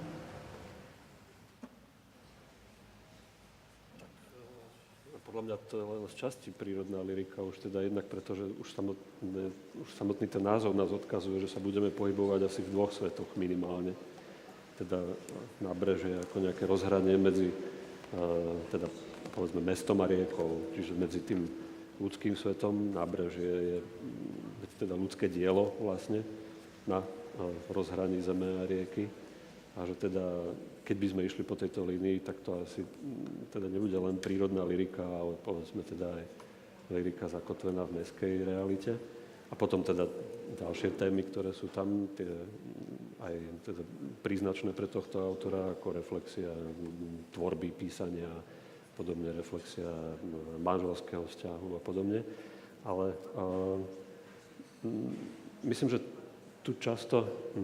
Podľa mňa to je len z časti prírodná lyrika, už teda jednak, pretože už samotný ten názov nás odkazuje, že sa budeme pohybovať asi v dvoch svetoch minimálne. Teda nábrežie ako nejaké rozhranie medzi teda povedzme mestom a riekou, čiže medzi tým ľudským svetom nábrežie je teda ľudské dielo vlastne na rozhraní zeme a rieky. A že teda, keď by sme išli po tejto línii, tak to asi teda nebude len prírodná lyrika, ale povedzme teda aj lyrika zakotvená v mestskej realite. A potom teda ďalšie témy, ktoré sú tam, tie aj teda príznačné pre tohto autora, ako reflexia tvorby, písania, podobne reflexia manželského vzťahu a podobne. Ale myslím, že tu často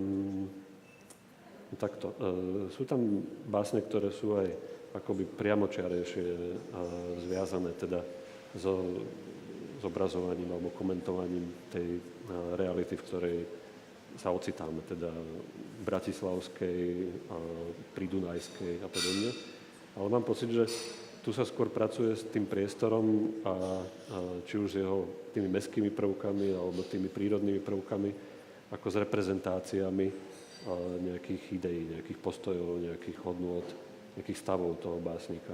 takto. Sú tam básne, ktoré sú aj akoby priamočiarejšie zviazané teda so zobrazovaním alebo komentovaním tej reality, v ktorej sa ocitáme, teda bratislavskej, pridunajskej a podobne. Ale mám pocit, že tu sa skôr pracuje s tým priestorom a či už s jeho tými mestskými prvkami alebo tými prírodnými prvkami, ako s reprezentáciami nejakých ideí, nejakých postojov, nejakých hodnôt, nejakých stavov toho básnika.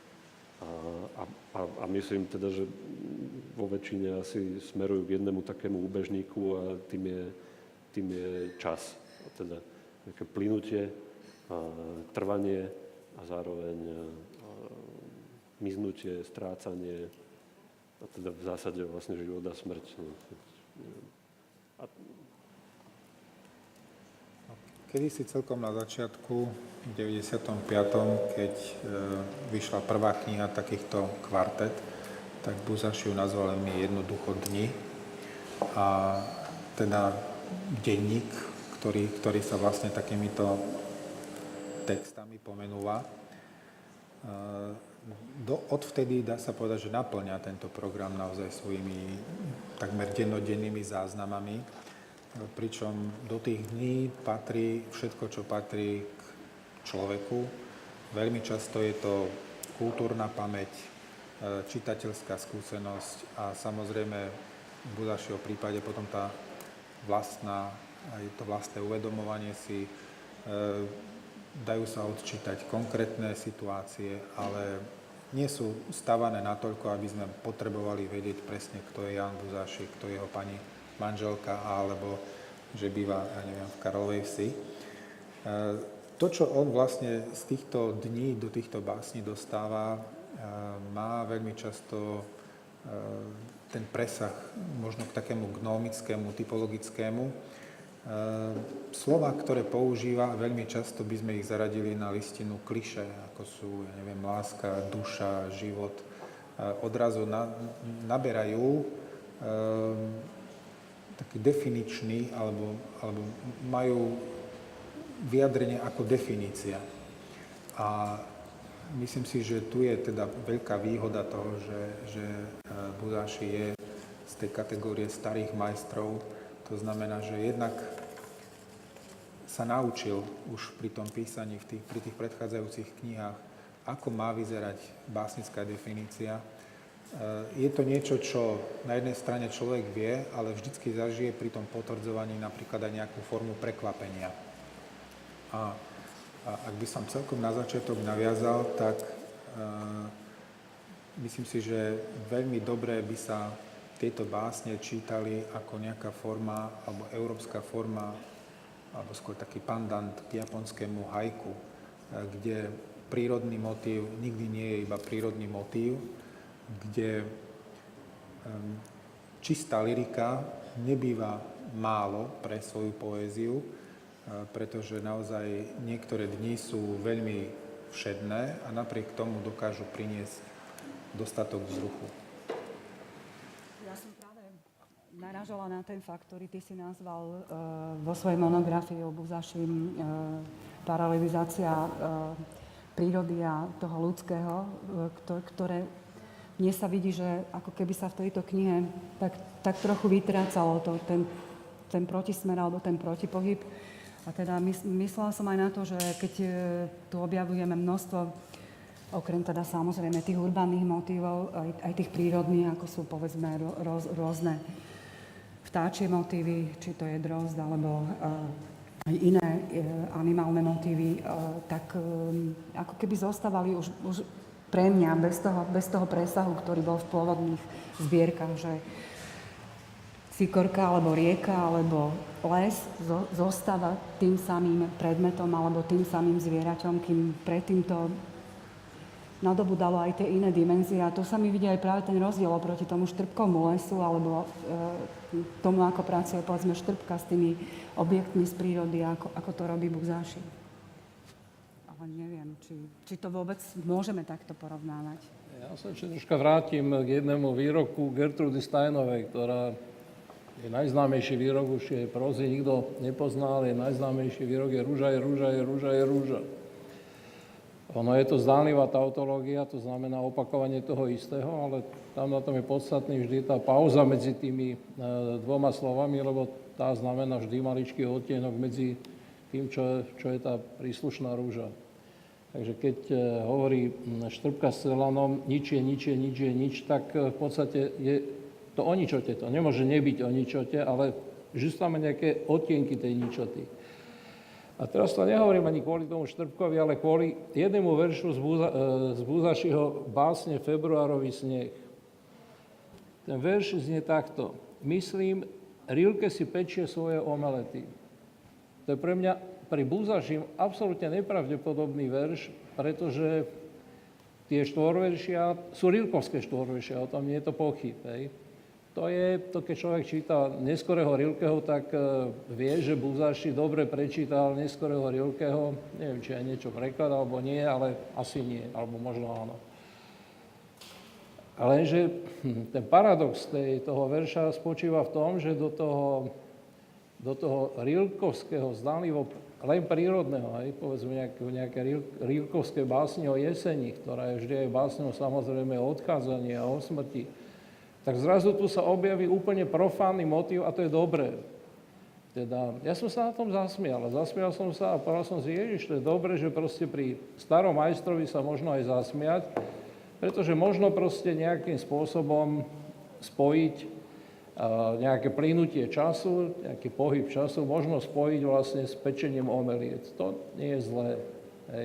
A myslím teda, že vo väčšine asi smerujú k jednému takému úbežníku a tým je čas. A teda nejaké plynutie, trvanie a zároveň miznutie, strácanie a teda v zásade vlastne život a smrť. Kedy si celkom na začiatku, v 95., keď vyšla prvá kniha takýchto kvartet, tak Buzaš ju nazval mi jednoducho Dni. A teda denník, ktorý sa vlastne takýmito textami pomenúva. Odvtedy dá sa povedať, že naplňa tento program naozaj svojimi takmer dennodennými záznamami, pričom do tých dní patrí všetko, čo patrí k človeku. Veľmi často je to kultúrna pamäť, čitateľská skúsenosť a samozrejme v Buzašiho prípade potom tá vlastná, aj to vlastné uvedomovanie si, dajú sa odčítať konkrétne situácie, ale nie sú stavané natoľko, aby sme potrebovali vedieť presne, kto je Ján Buzašik, kto je jeho pani manželka, alebo že býva, ja neviem, v Karlovej Vsi. To, čo on vlastne z týchto dní do týchto básní dostáva, má veľmi často ten presah možno k takému gnómickému, typologickému. Slova, ktoré používa, veľmi často by sme ich zaradili na listinu klišé, ako sú, ja neviem, láska, duša, život. Odrazu naberajú taký definičný, alebo majú vyjadrenie ako definícia. A myslím si, že tu je teda veľká výhoda toho, že Buzáši je z tej kategórie starých majstrov. To znamená, že jednak sa naučil už pri tom písaní, pri tých predchádzajúcich knihách, ako má vyzerať básnická definícia. Je to niečo, čo na jednej strane človek vie, ale vždycky zažije pri tom potvrdzovaní napríklad aj nejakú formu prekvapenia. A ak by som celkom na začiatok naviazal, tak myslím si, že veľmi dobre by sa tieto básne čítali ako nejaká forma, alebo európska forma, alebo skôr taký pandant k japonskému haiku, kde prírodný motív nikdy nie je iba prírodný motív, kde čistá lyrika nebýva málo pre svoju poéziu, pretože naozaj niektoré dni sú veľmi všedné a napriek tomu dokážu priniesť dostatok vzruchu. Ja som práve narážala na ten fakt, ktorý ty si nazval vo svojej monografii o Buzášim paralelizácia prírody a toho ľudského, ktoré mne sa vidí, že ako keby sa v tejto knihe tak trochu vytrácalo ten protismer alebo ten protipohyb. A teda myslela som aj na to, že keď tu objavujeme množstvo, okrem teda samozrejme tých urbánnych motívov, aj tých prírodných, ako sú povedzme rôzne vtáčie motívy, či to je drozd, alebo aj iné animálne motívy, tak ako keby zostávali už pre mňa bez toho presahu, ktorý bol v pôvodných zbierkach, že cikorka, alebo rieka, alebo les zostáva tým samým predmetom alebo tým samým zvieraťom, kým predtým to nadobudalo aj tie iné dimenzie. A tu sa mi vidí aj práve ten rozdiel oproti tomu štrbkomu lesu alebo tomu, ako pracuje, povedzme, štrbka s tými objektmi z prírody, ako to robí Buzáši. Ale neviem, či to vôbec môžeme takto porovnávať. Ja sa troška vrátim k jednému výroku Gertrudy Steinovej, ktorá je najznámejší výrok, už je prózy nikto nepozná, ale najznámejší výrok je rúža, je rúža, je rúža, je rúža. Ono je to zdánlivá tautológia, to znamená opakovanie toho istého, ale tam na tom je podstatný vždy tá pauza medzi tými dvoma slovami, lebo tá znamená vždy maličký odtienok medzi tým, čo je tá príslušná rúža. Takže keď hovorí štrbka s celanom, nič je, nič je, nič je, nič, tak v podstate je to o ničote. To nemôže nebyť o ničote, ale že sú tam nejaké odtienky tej ničoty. A teraz to nehovorím ani kvôli tomu štrbkovi, ale kvôli jednému veršu z Buzášiho básne Februárový sneh. Ten verš znie takto. Myslím, Rilke si pečie svoje omelety. To je pre mňa, pri Buzášim, absolútne nepravdepodobný verš, pretože tie štvorveršia sú rilkovské štvorveršia, o tom nie je to pochyb. To je, keď človek číta neskorého Rilkeho, tak vie, že Buzáši dobre prečítal neskorého Rilkeho. Neviem, či aj niečo prekladal, alebo nie, ale asi nie, alebo možno áno. Lenže ten paradox toho verša spočíva v tom, že do toho rilkovského, zdánlivo len prírodného, povedzme nejaké rilkovské básne o jeseni, ktorá je vždy aj básňou samozrejme o odchádzaní a o smrti, tak zrazu tu sa objaví úplne profánny motív a to je dobré. Teda, ja som sa na tom zasmial som sa a povedal som si, Ježiš, to je dobré, že proste pri starom majstrovi sa možno aj zasmiať, pretože možno proste nejakým spôsobom spojiť nejaké plynutie času, nejaký pohyb času, možno spojiť vlastne s pečením omeliec. To nie je zlé. Hej.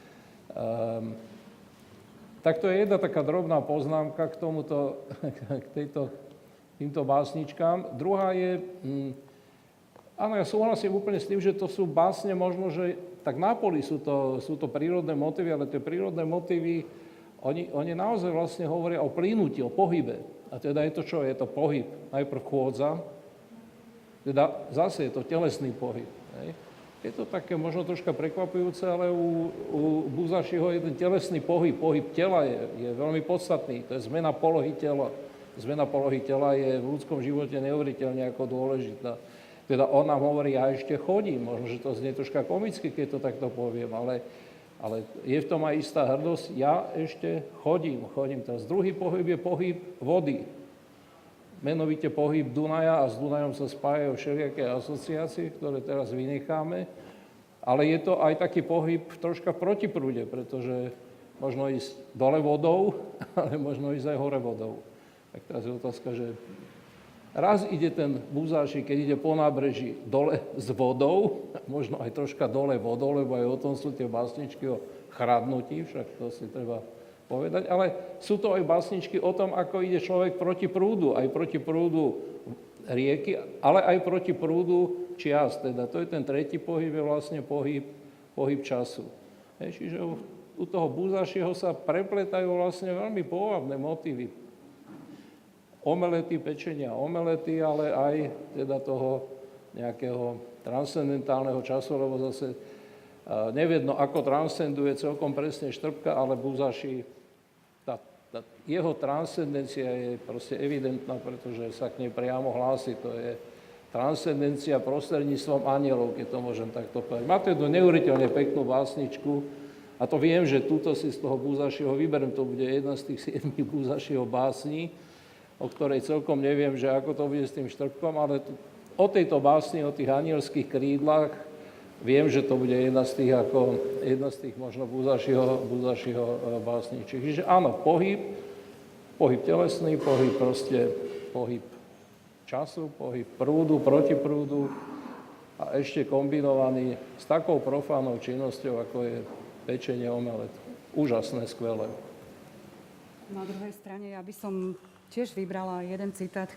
Tak to je jedna taká drobná poznámka k týmto básničkám. Druhá je, Áno, ja súhlasím úplne s tým, že to sú básne možno, že tak na poli sú to prírodné motívy, ale tie prírodné motívy, oni naozaj vlastne hovoria o plynutí, o pohybe. A teda je to čo? Je to pohyb. Najprv chôdza, teda zase je to telesný pohyb. Hej. Je to také možno troška prekvapujúce, ale u Buzašiho je ten telesný pohyb tela je veľmi podstatný. To je zmena polohy tela. Zmena polohy tela je v ľudskom živote neuveriteľne ako dôležitá. Teda on nám hovorí, ja ešte chodím. Možno, že to znie troška komicky, keď to takto poviem, ale je v tom aj istá hrdosť. Ja ešte chodím. Teraz druhý pohyb je pohyb vody. Menovite pohyb Dunaja a s Dunajom sa spájajú všelijaké asociácie, ktoré teraz vynecháme. Ale je to aj taký pohyb troška v protiprúde, pretože možno ísť dole vodou, ale možno ísť aj hore vodou. Tak teraz je otázka, že raz ide ten Buzáši, keď ide po nábreží dole s vodou, možno aj troška dole vodou, lebo aj o tom sú tie básničky o chradnutí, však to si treba povedať, ale sú to aj básničky o tom, ako ide človek proti prúdu, aj proti prúdu rieky, ale aj proti prúdu čias. Teda to je ten tretí pohyb, je vlastne pohyb času. Čiže u toho Buzášiho sa prepletajú vlastne veľmi pôvabné motívy. Omelety, pečenia omelety, ale aj teda toho nejakého transcendentálneho času, lebo zase nevedno, ako transcenduje celkom presne Štrbka, ale Buzaši, jeho transcendencia je proste evidentná, pretože sa k nej priamo hlási. To je transcendencia prostredníctvom anielov, keď to môžem takto povedať. Má to jednu neuveriteľne peknú básničku a to viem, že túto si z toho Buzašiho vyberiem. To bude jedna z tých 7 Buzašiho básní, o ktorej celkom neviem, že ako to bude s tým Štrbkom, ale o tejto básni, o tých anielských krídlach, viem, že to bude jedna z tých možno Buzašiho básničiek. Čiže áno, pohyb telesný, pohyb času, pohyb prúdu, protiprúdu a ešte kombinovaný s takou profánnou činnosťou, ako je pečenie omeletu. Úžasné, skvelé. Na druhej strane ja by som tiež vybrala jeden citát,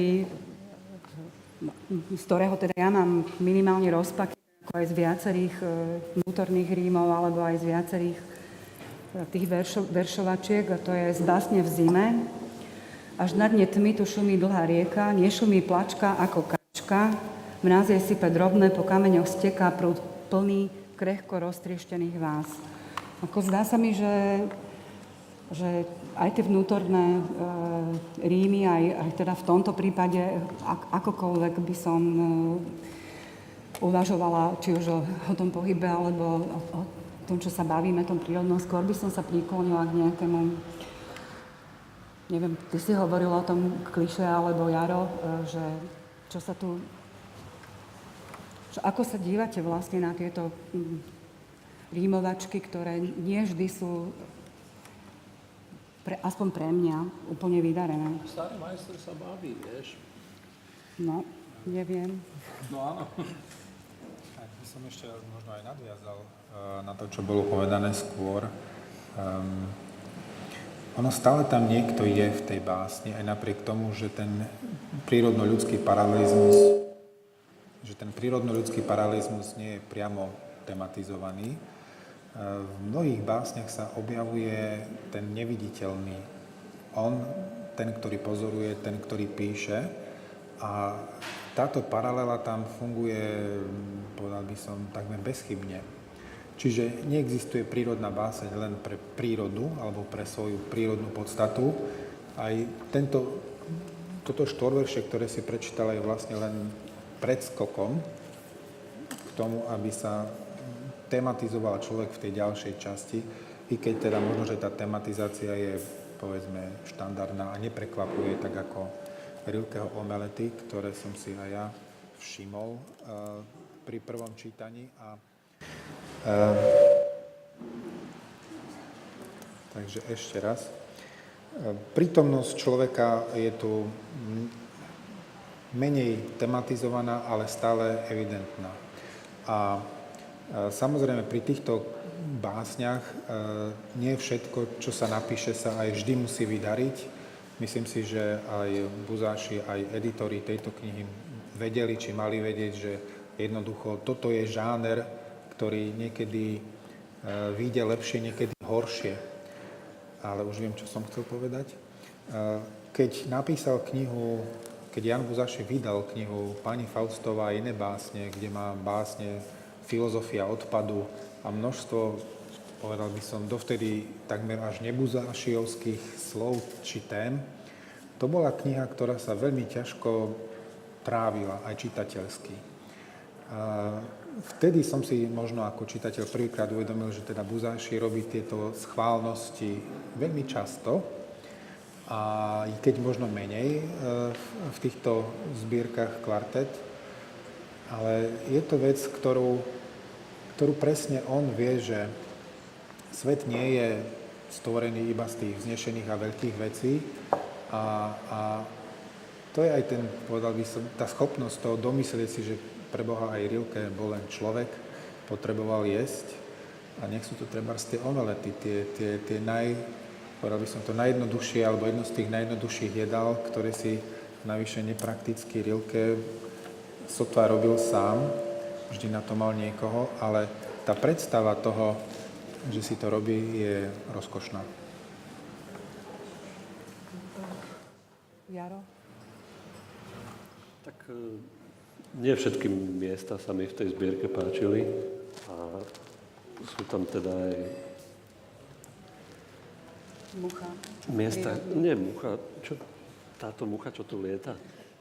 z ktorého teda ja mám minimálne rozpaky, ako aj z viacerých vnútorných rímov, alebo aj z viacerých tých veršovačiek, a to je z básne V zime. Až na dne tmy tu šumí dlhá rieka, nešumí plačka ako kačka, mrázie sype drobné, po kameňoch steká prúd plný krehko roztrieštených vás. Ako zdá sa mi, že aj tie vnútorné rímy, aj teda v tomto prípade, akokoľvek by som uvažovala, či už o tom pohybe, alebo o tom, čo sa bavíme, tom prírodnom, skôr by som sa priklonila k nejakému, neviem, ty si hovorila o tom klišé, alebo Jaro, že čo sa tu, že ako sa dívate vlastne na tieto rímovačky, ktoré nie vždy sú, aspoň pre mňa, úplne vydarené. Starý majster sa baví, vieš. No, neviem. No áno. Tak by som ešte možno aj nadviazal na to, čo bolo povedané skôr. Ono stále tam niekto je v tej básni, aj napriek tomu, že ten prírodno-ľudský paralelizmus nie je priamo tematizovaný. V mnohých básniach sa objavuje ten neviditeľný. On, ten, ktorý pozoruje, ten, ktorý píše. A táto paralela tam funguje, povedal by som, takmer bezchybne. Čiže neexistuje prírodná báseň len pre prírodu alebo pre svoju prírodnú podstatu. Aj toto štvorverše, ktoré si prečítal, je vlastne len predskokom k tomu, aby sa tematizoval človek v tej ďalšej časti, i keď teda možno, že tá tematizácia je, povedzme, štandardná a neprekvapuje, tak ako Rilkeho omelety, ktoré som si aj ja všimol pri prvom čítaní. Takže ešte raz. Prítomnosť človeka je tu menej tematizovaná, ale stále evidentná. A samozrejme, pri týchto básniach nie všetko, čo sa napíše, sa aj vždy musí vydariť. Myslím si, že aj Buzáši, aj editori tejto knihy vedeli, či mali vedieť, že jednoducho toto je žáner, ktorý niekedy vyjde lepšie, niekedy horšie. Ale už viem, čo som chcel povedať. Keď napísal knihu, keď Ján Buzaši vydal knihu Pani Faustová a iné básne, kde má básne Filozofia odpadu a množstvo, povedal by som, dovtedy takmer až nebuzašiovských slov či tém, to bola kniha, ktorá sa veľmi ťažko trávila, aj čitateľsky. Vtedy som si možno ako čitateľ prvýkrát uvedomil, že teda Buzaši robí tieto schválnosti veľmi často, a i keď možno menej v týchto zbierkach kvartet, ale je to vec, ktorú presne on vie, že svet nie je stvorený iba z tých vznešených a veľkých vecí a to je aj ten, povedal by som, tá schopnosť toho domyslieť si, že pre Boha aj Rilke bol len človek, potreboval jesť a nech sú to trebárs tie omelety, tie povedal by som to najjednoduchšie, alebo jedno z tých najjednoduchších jedál, ktoré si navyše neprakticky Rilke sotva robil sám, vždy na to mal niekoho, ale tá predstava toho, že si to robí, je rozkošná. Jaro? Tak nie všetky miesta sa mi v tej zbierke páčili a sú tam teda aj Mucha. miesta, nie mucha, táto mucha, čo tu lieta.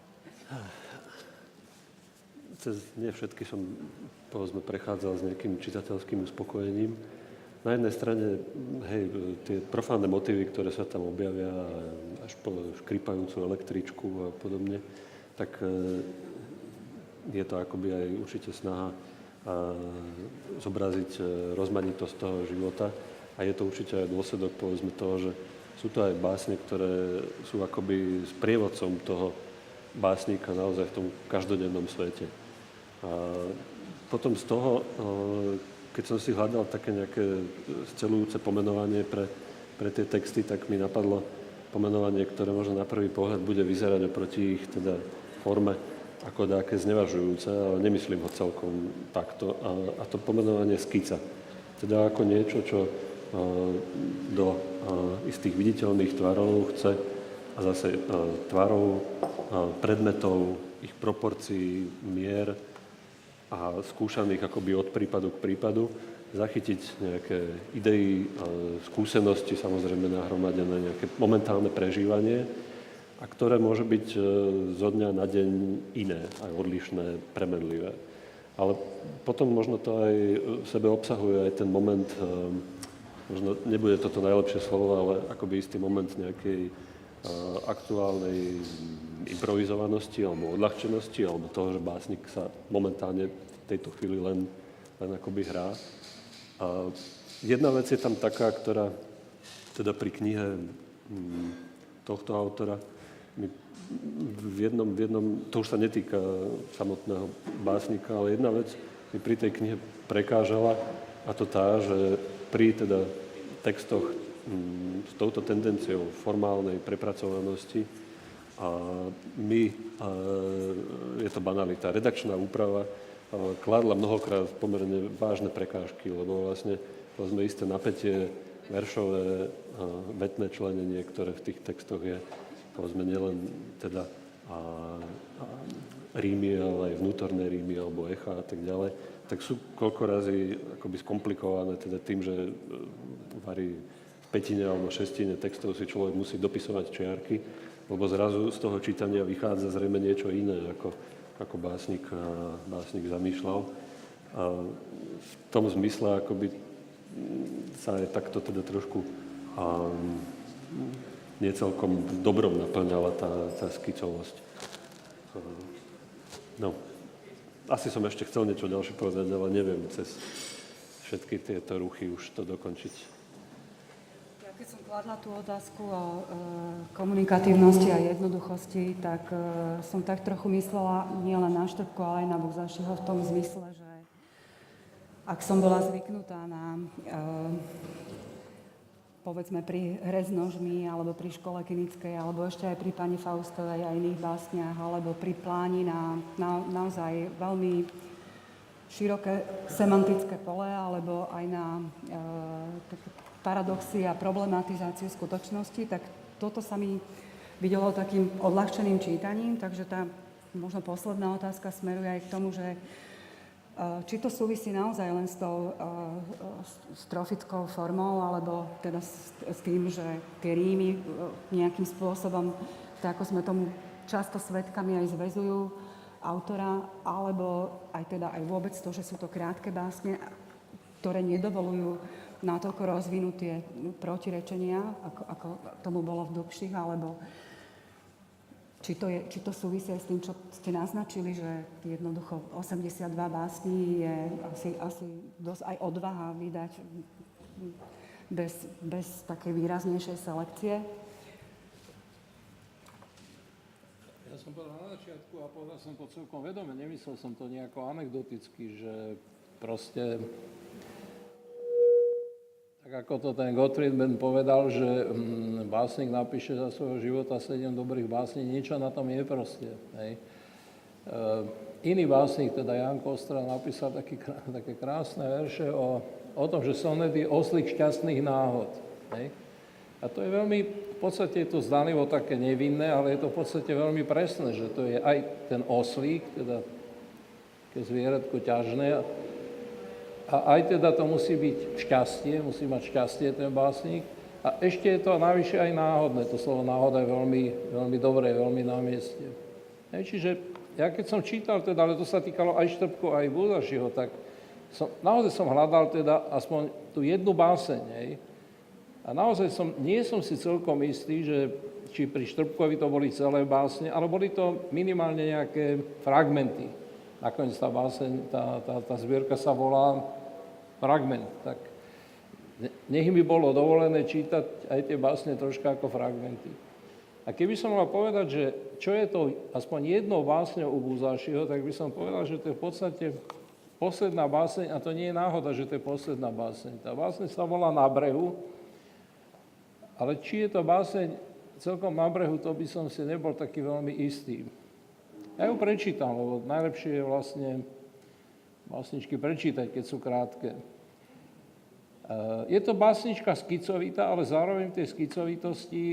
Nie všetky som, povedzme, prechádzal s nejakým čitateľským uspokojením. Na jednej strane, hej, tie profánne motívy, ktoré sa tam objavia, až po škripajúcu električku a podobne, tak je to akoby aj určite snaha zobraziť rozmanitosť toho života. A je to určite aj dôsledok, povedzme, toho, že sú to aj básne, ktoré sú akoby sprievodcom toho básnika naozaj v tom každodennom svete. A potom z toho, keď som si hľadal také nejaké scelujúce pomenovanie pre tie texty, tak mi napadlo pomenovanie, ktoré možno na prvý pohľad bude vyzerať oproti ich teda forme ako také znevažujúce, ale nemyslím ho celkom takto. A to pomenovanie skica. Teda ako niečo, čo do istých viditeľných tvarov chce a zase tvarov, predmetov, ich proporcií, mier a skúšaných akoby od prípadu k prípadu zachytiť nejaké idei, skúsenosti, samozrejme nahromadené, nejaké momentálne prežívanie, a ktoré môže byť zo dňa na deň iné, aj odlišné, premenlivé. Ale potom možno to aj v sebe obsahuje aj ten moment, možno nebude toto najlepšie slovo, ale akoby istý moment nejakej aktuálnej improvizovanosti alebo odľahčenosti, alebo toho, že básnik sa momentálne v tejto chvíli len akoby hrá. A jedna vec je tam taká, ktorá teda pri knihe tohto autora v jednom, to už sa netýka samotného básnika, ale jedna vec mi pri tej knihe prekážala, a to tá, že pri teda textoch s touto tendenciou formálnej prepracovanosti je to banalita. Redakčná úprava kladla mnohokrát pomerne vážne prekážky, lebo vlastne isté napätie veršové, vetné členenie, ktoré v tých textoch je, povedzme nielen teda rímy, ale aj vnútorné rímy alebo echa a tak ďalej, tak sú koľko razy akoby skomplikované teda tým, že varí v pätine alebo šestine textov si človek musí dopisovať čiarky, lebo zrazu z toho čítania vychádza zrejme niečo iné, ako básnik zamýšľal. A v tom zmysle akoby sa aj takto teda trošku necelkom dobrom naplňala tá skicovosť. No, asi som ešte chcel niečo ďalšie povedať, ale neviem cez všetky tieto ruchy už to dokončiť. Ja keď som kladla tú otázku o komunikatívnosti a jednoduchosti, tak som tak trochu myslela nielen na Štrbku, ale aj na Buzašiho v tom zmysle, že ak som bola zvyknutá na povedzme pri hre s nožmi, alebo pri škole klinickej, alebo ešte aj pri pani Faustovej a iných básniach, alebo pri pláni na naozaj veľmi široké semantické pole, alebo aj na paradoxy a problematizáciu skutočnosti, tak toto sa mi videlo takým odľahčeným čítaním, takže tá možno posledná otázka smeruje aj k tomu, že či to súvisí naozaj len s tou strofickou formou, alebo teda s tým, že tie rímy nejakým spôsobom, tak ako sme tomu často svedkami aj zväzujú autora, alebo aj teda aj vôbec to, že sú to krátke básne, ktoré nedovolujú natoľko rozvinúť tie protirečenia, ako tomu bolo v dlhších, alebo či to súvisí aj s tým, čo ste naznačili, že jednoducho 82 básní je asi dosť aj odvaha vydať bez takej výraznejšej selekcie. Ja som povedal na začiatku a povedal som to celkom vedome, nemyslel som to nejako anekdoticky, že proste tak ako to ten Gottfried Benn povedal, že básnik napíše za svojho života 7 dobrých básní, niečo na tom je proste. Hej. Iný básnik, teda Jan Kostra, napísal také krásne verše o tom, že sonet je oslík šťastných náhod. Hej. A to je veľmi, v podstate je to zdanlivo také nevinné, ale je to v podstate veľmi presné, že to je aj ten oslík, teda také zvieratko ťažné, a aj teda to musí byť šťastie, musí mať šťastie ten básnik. A ešte je to navyše aj náhodné. To slovo náhoda je veľmi, veľmi dobré, veľmi na mieste. Čiže ja keď som čítal, teda, ale to sa týkalo aj Štrbko, aj Buzašiho, tak naozaj som hľadal teda aspoň tú jednu báseň. A naozaj nie som si celkom istý, že či pri Štrbkovi to boli celé básne, ale boli to minimálne nejaké fragmenty. Nakoniec tá báseň, tá zbierka sa volá Fragment, tak nech mi bolo dovolené čítať aj tie básne troška ako fragmenty. A keby som mal povedať, že čo je to aspoň jednou básňou u Buzašiho, tak by som povedal, že to je v podstate posledná báseň, a to nie je náhoda, že to je posledná báseň. Tá báseň sa volá Na brehu, ale či je to báseň celkom na brehu, to by som si nebol taký veľmi istý. Ja ju prečítam, lebo najlepšie je vlastne básničky prečítať, keď sú krátke. Je to básnička skicovitá, ale zároveň v tej skicovitosti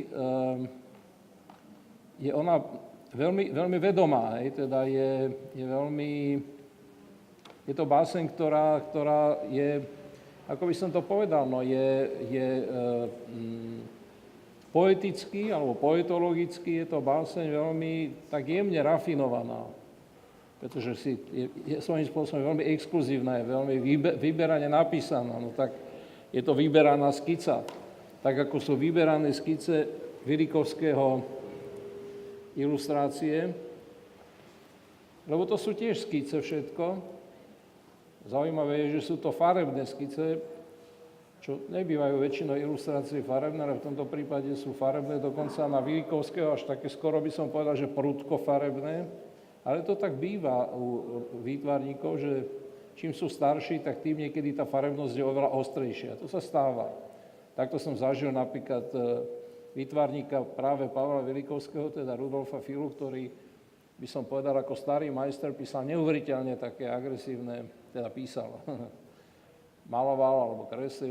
je ona veľmi, veľmi vedomá. Teda je to báseň, ktorá je, ako by som to povedal, no je poeticky alebo poetologicky je to báseň veľmi tak jemne rafinovaná. Pretože je svojím spôsobom veľmi exkluzívna, je veľmi vyberane napísaná. No tak je to vyberaná skica. Tak ako sú vyberané skice Vilikovského ilustrácie, lebo to sú tiež skice všetko. Zaujímavé je, že sú to farebné skice, čo nebývajú väčšinou ilustrácie farebné, ale v tomto prípade sú farebné dokonca na Vilikovského, až také skoro by som povedal, že prudko farebné. Ale to tak býva u výtvarníkov, že čím sú starší, tak tým niekedy tá farebnosť je oveľa ostrejšia. To sa stáva. Takto som zažil napríklad výtvarníka práve Pavla Vilikovského, teda Rudolfa Filu, ktorý, by som povedal, ako starý majster písal neuveriteľne také agresívne, teda písal, maloval alebo kreslil,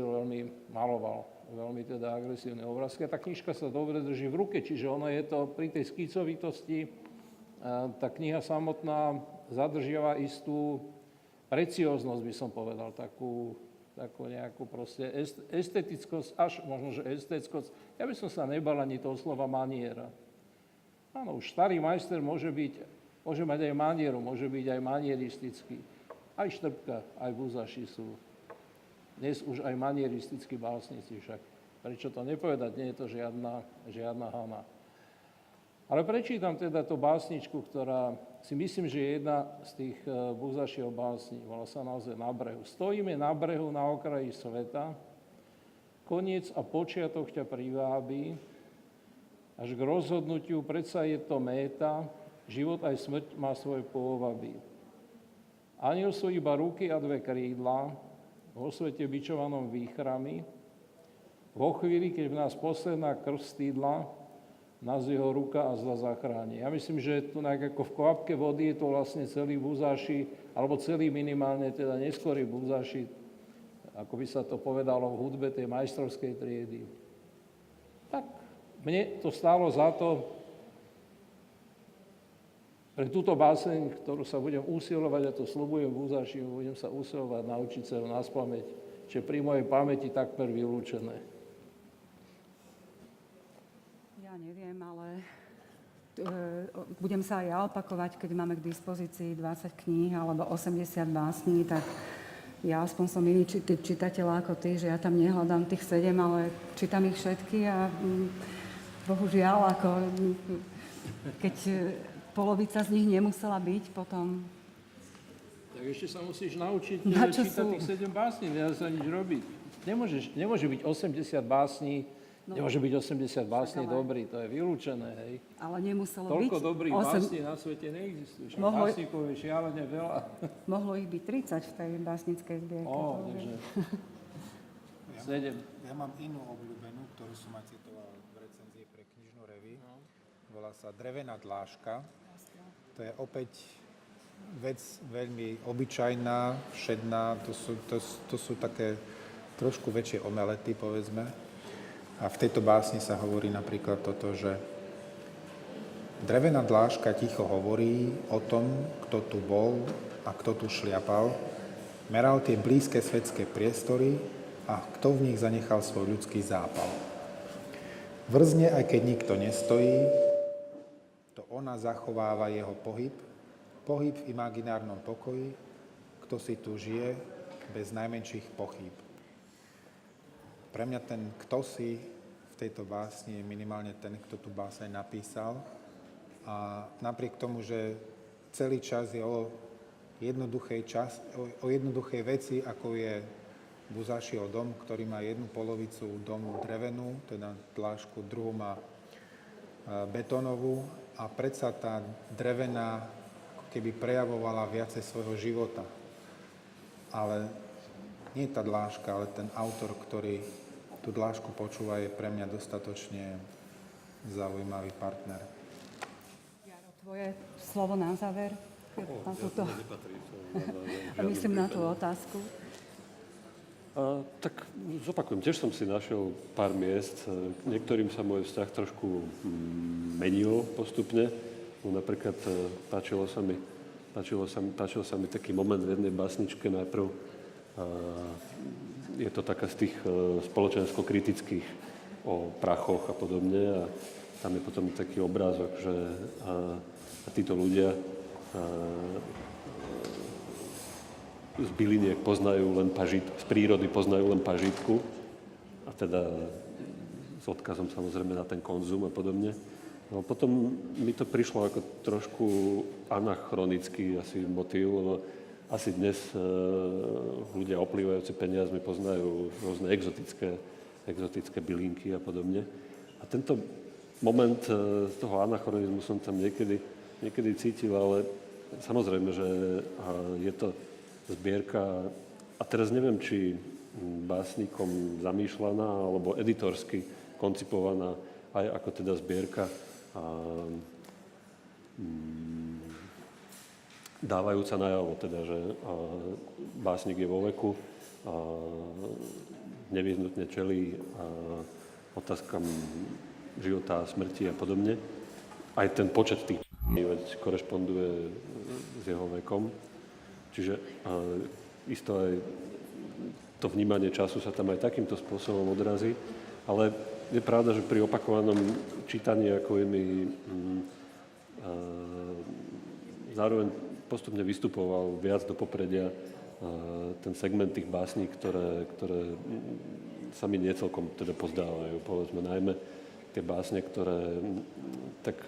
veľmi teda agresívne obrázky. A tá knižka sa dobre drží v ruke, čiže ono je to pri tej skicovitosti, tá kniha samotná zadržiava istú precióznosť, by som povedal, takú nejakú proste estetickosť, až možno, že estetickosť. Ja by som sa nebal ani toho slova maniera. Áno, už starý majster môže mať aj manieru, môže byť aj manieristický. Aj Štrbka, aj Buzaši sú dnes už aj manieristickí básnici, však prečo to nepovedať, nie je to žiadna hana. Ale prečítam teda tú básničku, ktorá si myslím, že je jedna z tých Buzašiho básní. Volá sa naozaj Na brehu. Stojíme na brehu na okraji sveta, koniec a počiatok ťa privábi, až k rozhodnutiu predsa je to méta, život aj smrť má svoje pôvaby. Aniel sú iba ruky a dve krídla, vo svete bičovanom výchrami, vo chvíli, keď v nás posledná krv stýdla, nás jeho ruka a zla zachráni. Ja myslím, že tu ako v kvapke vody je to vlastne celý Buzáši, alebo celý minimálne, teda neskorý Buzáši, ako by sa to povedalo v hudbe tej majstrovskej triedy. Tak mne to stálo za to, pre túto báseň, ktorú sa budem usilovať, a to sľubujem Buzáši, budem sa usilovať naučiť sa ju naspamäť, čo pri mojej pamäti takmer vylúčené. Ja neviem, ale budem sa aj ja opakovať, keď máme k dispozícii 20 kníh alebo 80 básní, tak ja aspoň som iný typ čitateľa ako ty, že ja tam nehľadám tých 7, ale čítam ich všetky a bohužiaľ, ako keď polovica z nich nemusela byť, potom... Tak ešte sa musíš naučiť čítať tých 7 básní, nedá sa nič robiť. Nemôže byť 80 básní, nemôže byť 80 básní dobrý, to je vylúčené, hej. Ale nemuselo byť... Toľko dobrých básní na svete neexistuje. Básnikov je šialene veľa. Mohlo ich byť 30 v tej básnickej zbierke. Takže 7. Ja mám inú obľúbenú, ktorú som aj citoval v recenzii pre knižnú revue. Volá sa Drevená dláška. To je opäť vec veľmi obyčajná, všedná. To sú také trošku väčšie omelety, povedzme. A v tejto básni sa hovorí napríklad toto, že drevená dláška ticho hovorí o tom, kto tu bol a kto tu šliapal, meral tie blízke svetské priestory a kto v nich zanechal svoj ľudský zápal. Vrzne, aj keď nikto nestojí, to ona zachováva jeho pohyb v imaginárnom pokoji, kto si tu žije bez najmenších pochýb. Pre mňa ten kto si v tejto básni je minimálne ten, kto tú báseň napísal. A napriek tomu, že celý čas je o jednoduchej veci, ako je Buzášiho dom, ktorý má jednu polovicu domu drevenú, teda dlášku, druhú má betónovú a predsa tá drevená keby prejavovala viacej svojho života. Ale nie tá dláška, ale ten autor, ktorý tú dlášku počúva, je pre mňa dostatočne zaujímavý partner. Jaro, tvoje slovo na záver? Myslím na tú otázku. Tak zopakujem, tiež som si našiel pár miest, k niektorým sa môj vzťah trošku menil postupne. Napríklad páčil sa mi taký moment v jednej básničke najprv. Je to taká z tých spoločensko-kritických o prachoch a podobne a tam je potom taký obrázok, že a títo ľudia z byliniek poznajú len z prírody poznajú len pažitku a teda s odkazom samozrejme na ten konzum a podobne. No potom mi to prišlo ako trošku anachronický asi motív, lebo asi dnes ľudia oplývajúci peniazmi poznajú rôzne exotické bylinky a podobne. A tento moment z toho anachronizmu som tam niekedy cítil, ale samozrejme, že je to zbierka, a teraz neviem, či básnikom zamýšľaná, alebo editorsky koncipovaná aj ako teda zbierka dávajúca najavo, teda, že básnik je vo veku, nevyhnutne čelí otázkam života a smrti a podobne. Aj ten počet tých korešponduje s jeho vekom. Čiže isto aj to vnímanie času sa tam aj takýmto spôsobom odrazí, ale je pravda, že pri opakovanom čítaní ako je mi zároveň postupne vystupoval viac do popredia ten segment tých básní, ktoré sa mi niecelkom teda pozdávajú. Povedzme najmä tie básne, ktoré tak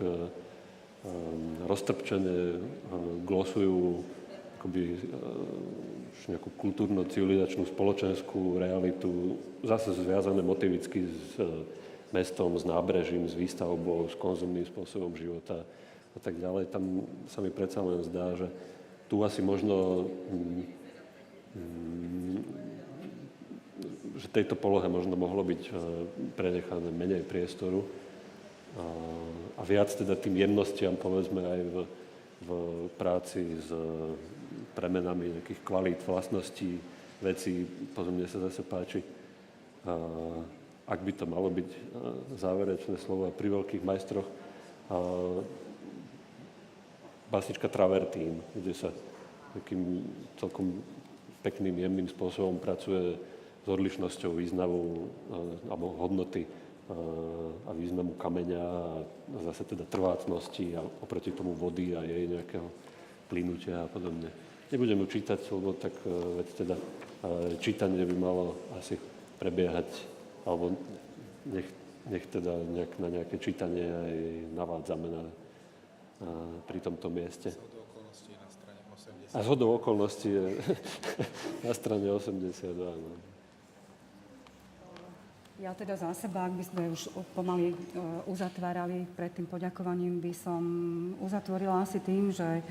roztrpčene glosujú akoby nejakú kultúrno-civilizačnú spoločenskú realitu, zase zviazané motivicky s mestom, s nábrežím, s výstavbou, s konzumným spôsobom života a tak ďalej. Tam sa mi predsa len zdá, že tu asi možno, že tejto polohe možno mohlo byť prenechané menej priestoru a viac teda tým jemnostiam, povedzme, aj v práci s premenami nejakých kvalít, vlastností, vecí. Potom mne sa zase páči, ak by to malo byť záverečné slovo pri veľkých majstroch, básnička Travertín, kde sa takým celkom pekným, jemným spôsobom pracuje s odlišnosťou významu alebo hodnoty a významu kameňa a zase teda trvácnosti a oproti tomu vody a jej nejakého plynutia a podobne. Nebudem ju čítať, lebo tak veď teda čítanie by malo asi prebiehať, alebo nech teda na nejaké čítanie aj navádzame pri tomto mieste. A zhodou okolností je na strane 80, áno. Ja teda za seba, ak by sme už pomaly uzatvárali pred tým poďakovaním, by som uzatvorila asi tým, že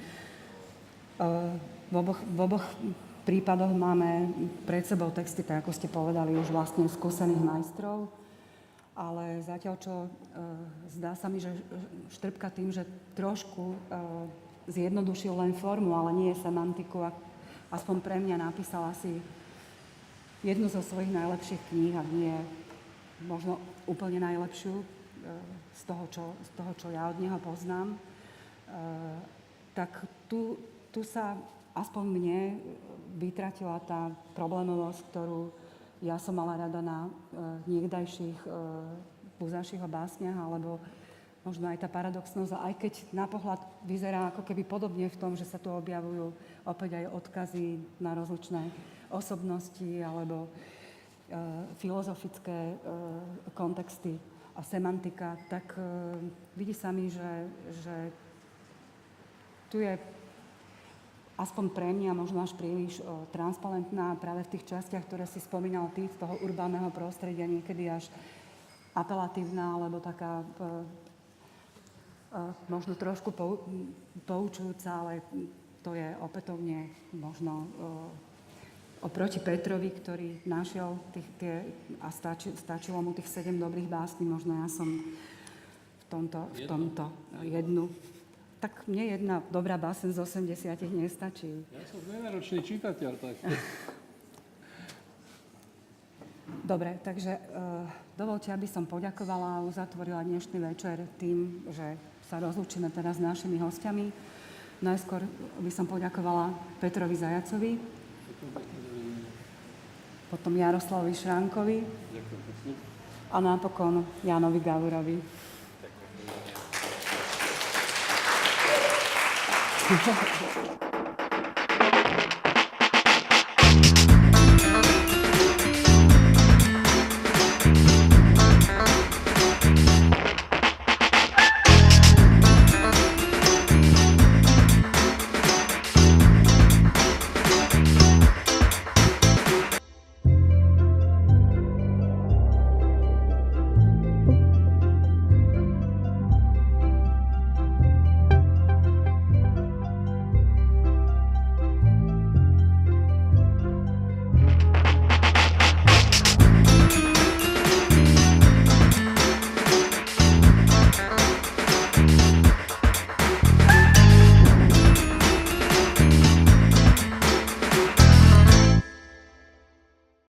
v oboch prípadoch máme pred sebou texty, tak ako ste povedali, už vlastne skúsených majstrov, ale zatiaľ čo zdá sa mi, že Štrbka tým, že trošku zjednodušil len formu, ale nie semantiku, a aspoň pre mňa napísal asi jednu zo svojich najlepších kníh, ak nie možno úplne najlepšiu z toho, čo ja od neho poznám, tak tu sa aspoň mne vytratila tá problémovosť, ktorú ja som mala rada na niekdajších Buzášich básniach, alebo možno aj tá paradoxnosť, aj keď na pohľad vyzerá ako keby podobne v tom, že sa tu objavujú opäť aj odkazy na rozličné osobnosti alebo filozofické kontexty a semantika, tak vidí sa mi, že tu je aspoň pre mňa možno až príliš transparentná práve v tých častiach, ktoré si spomínal ty, z toho urbánneho prostredia, niekedy až apelatívna, alebo taká možno trošku poučujúca, ale to je opätovne možno oproti Petrovi, ktorý našiel a stačilo mu tých 7 dobrých básní, možno ja som v tomto jednu. Tak mne jedna dobrá básen z 80 nestačí. Ja som nenáročný čitateľ, tak... Dobre, takže dovoľte, aby som poďakovala a uzatvorila dnešný večer tým, že sa rozlúčime teraz s našimi hostiami. Najskôr by som poďakovala Petrovi Zajacovi, potom Jaroslavovi Šránkovi a napokon Jánovi Gavurovi. Ďakujem.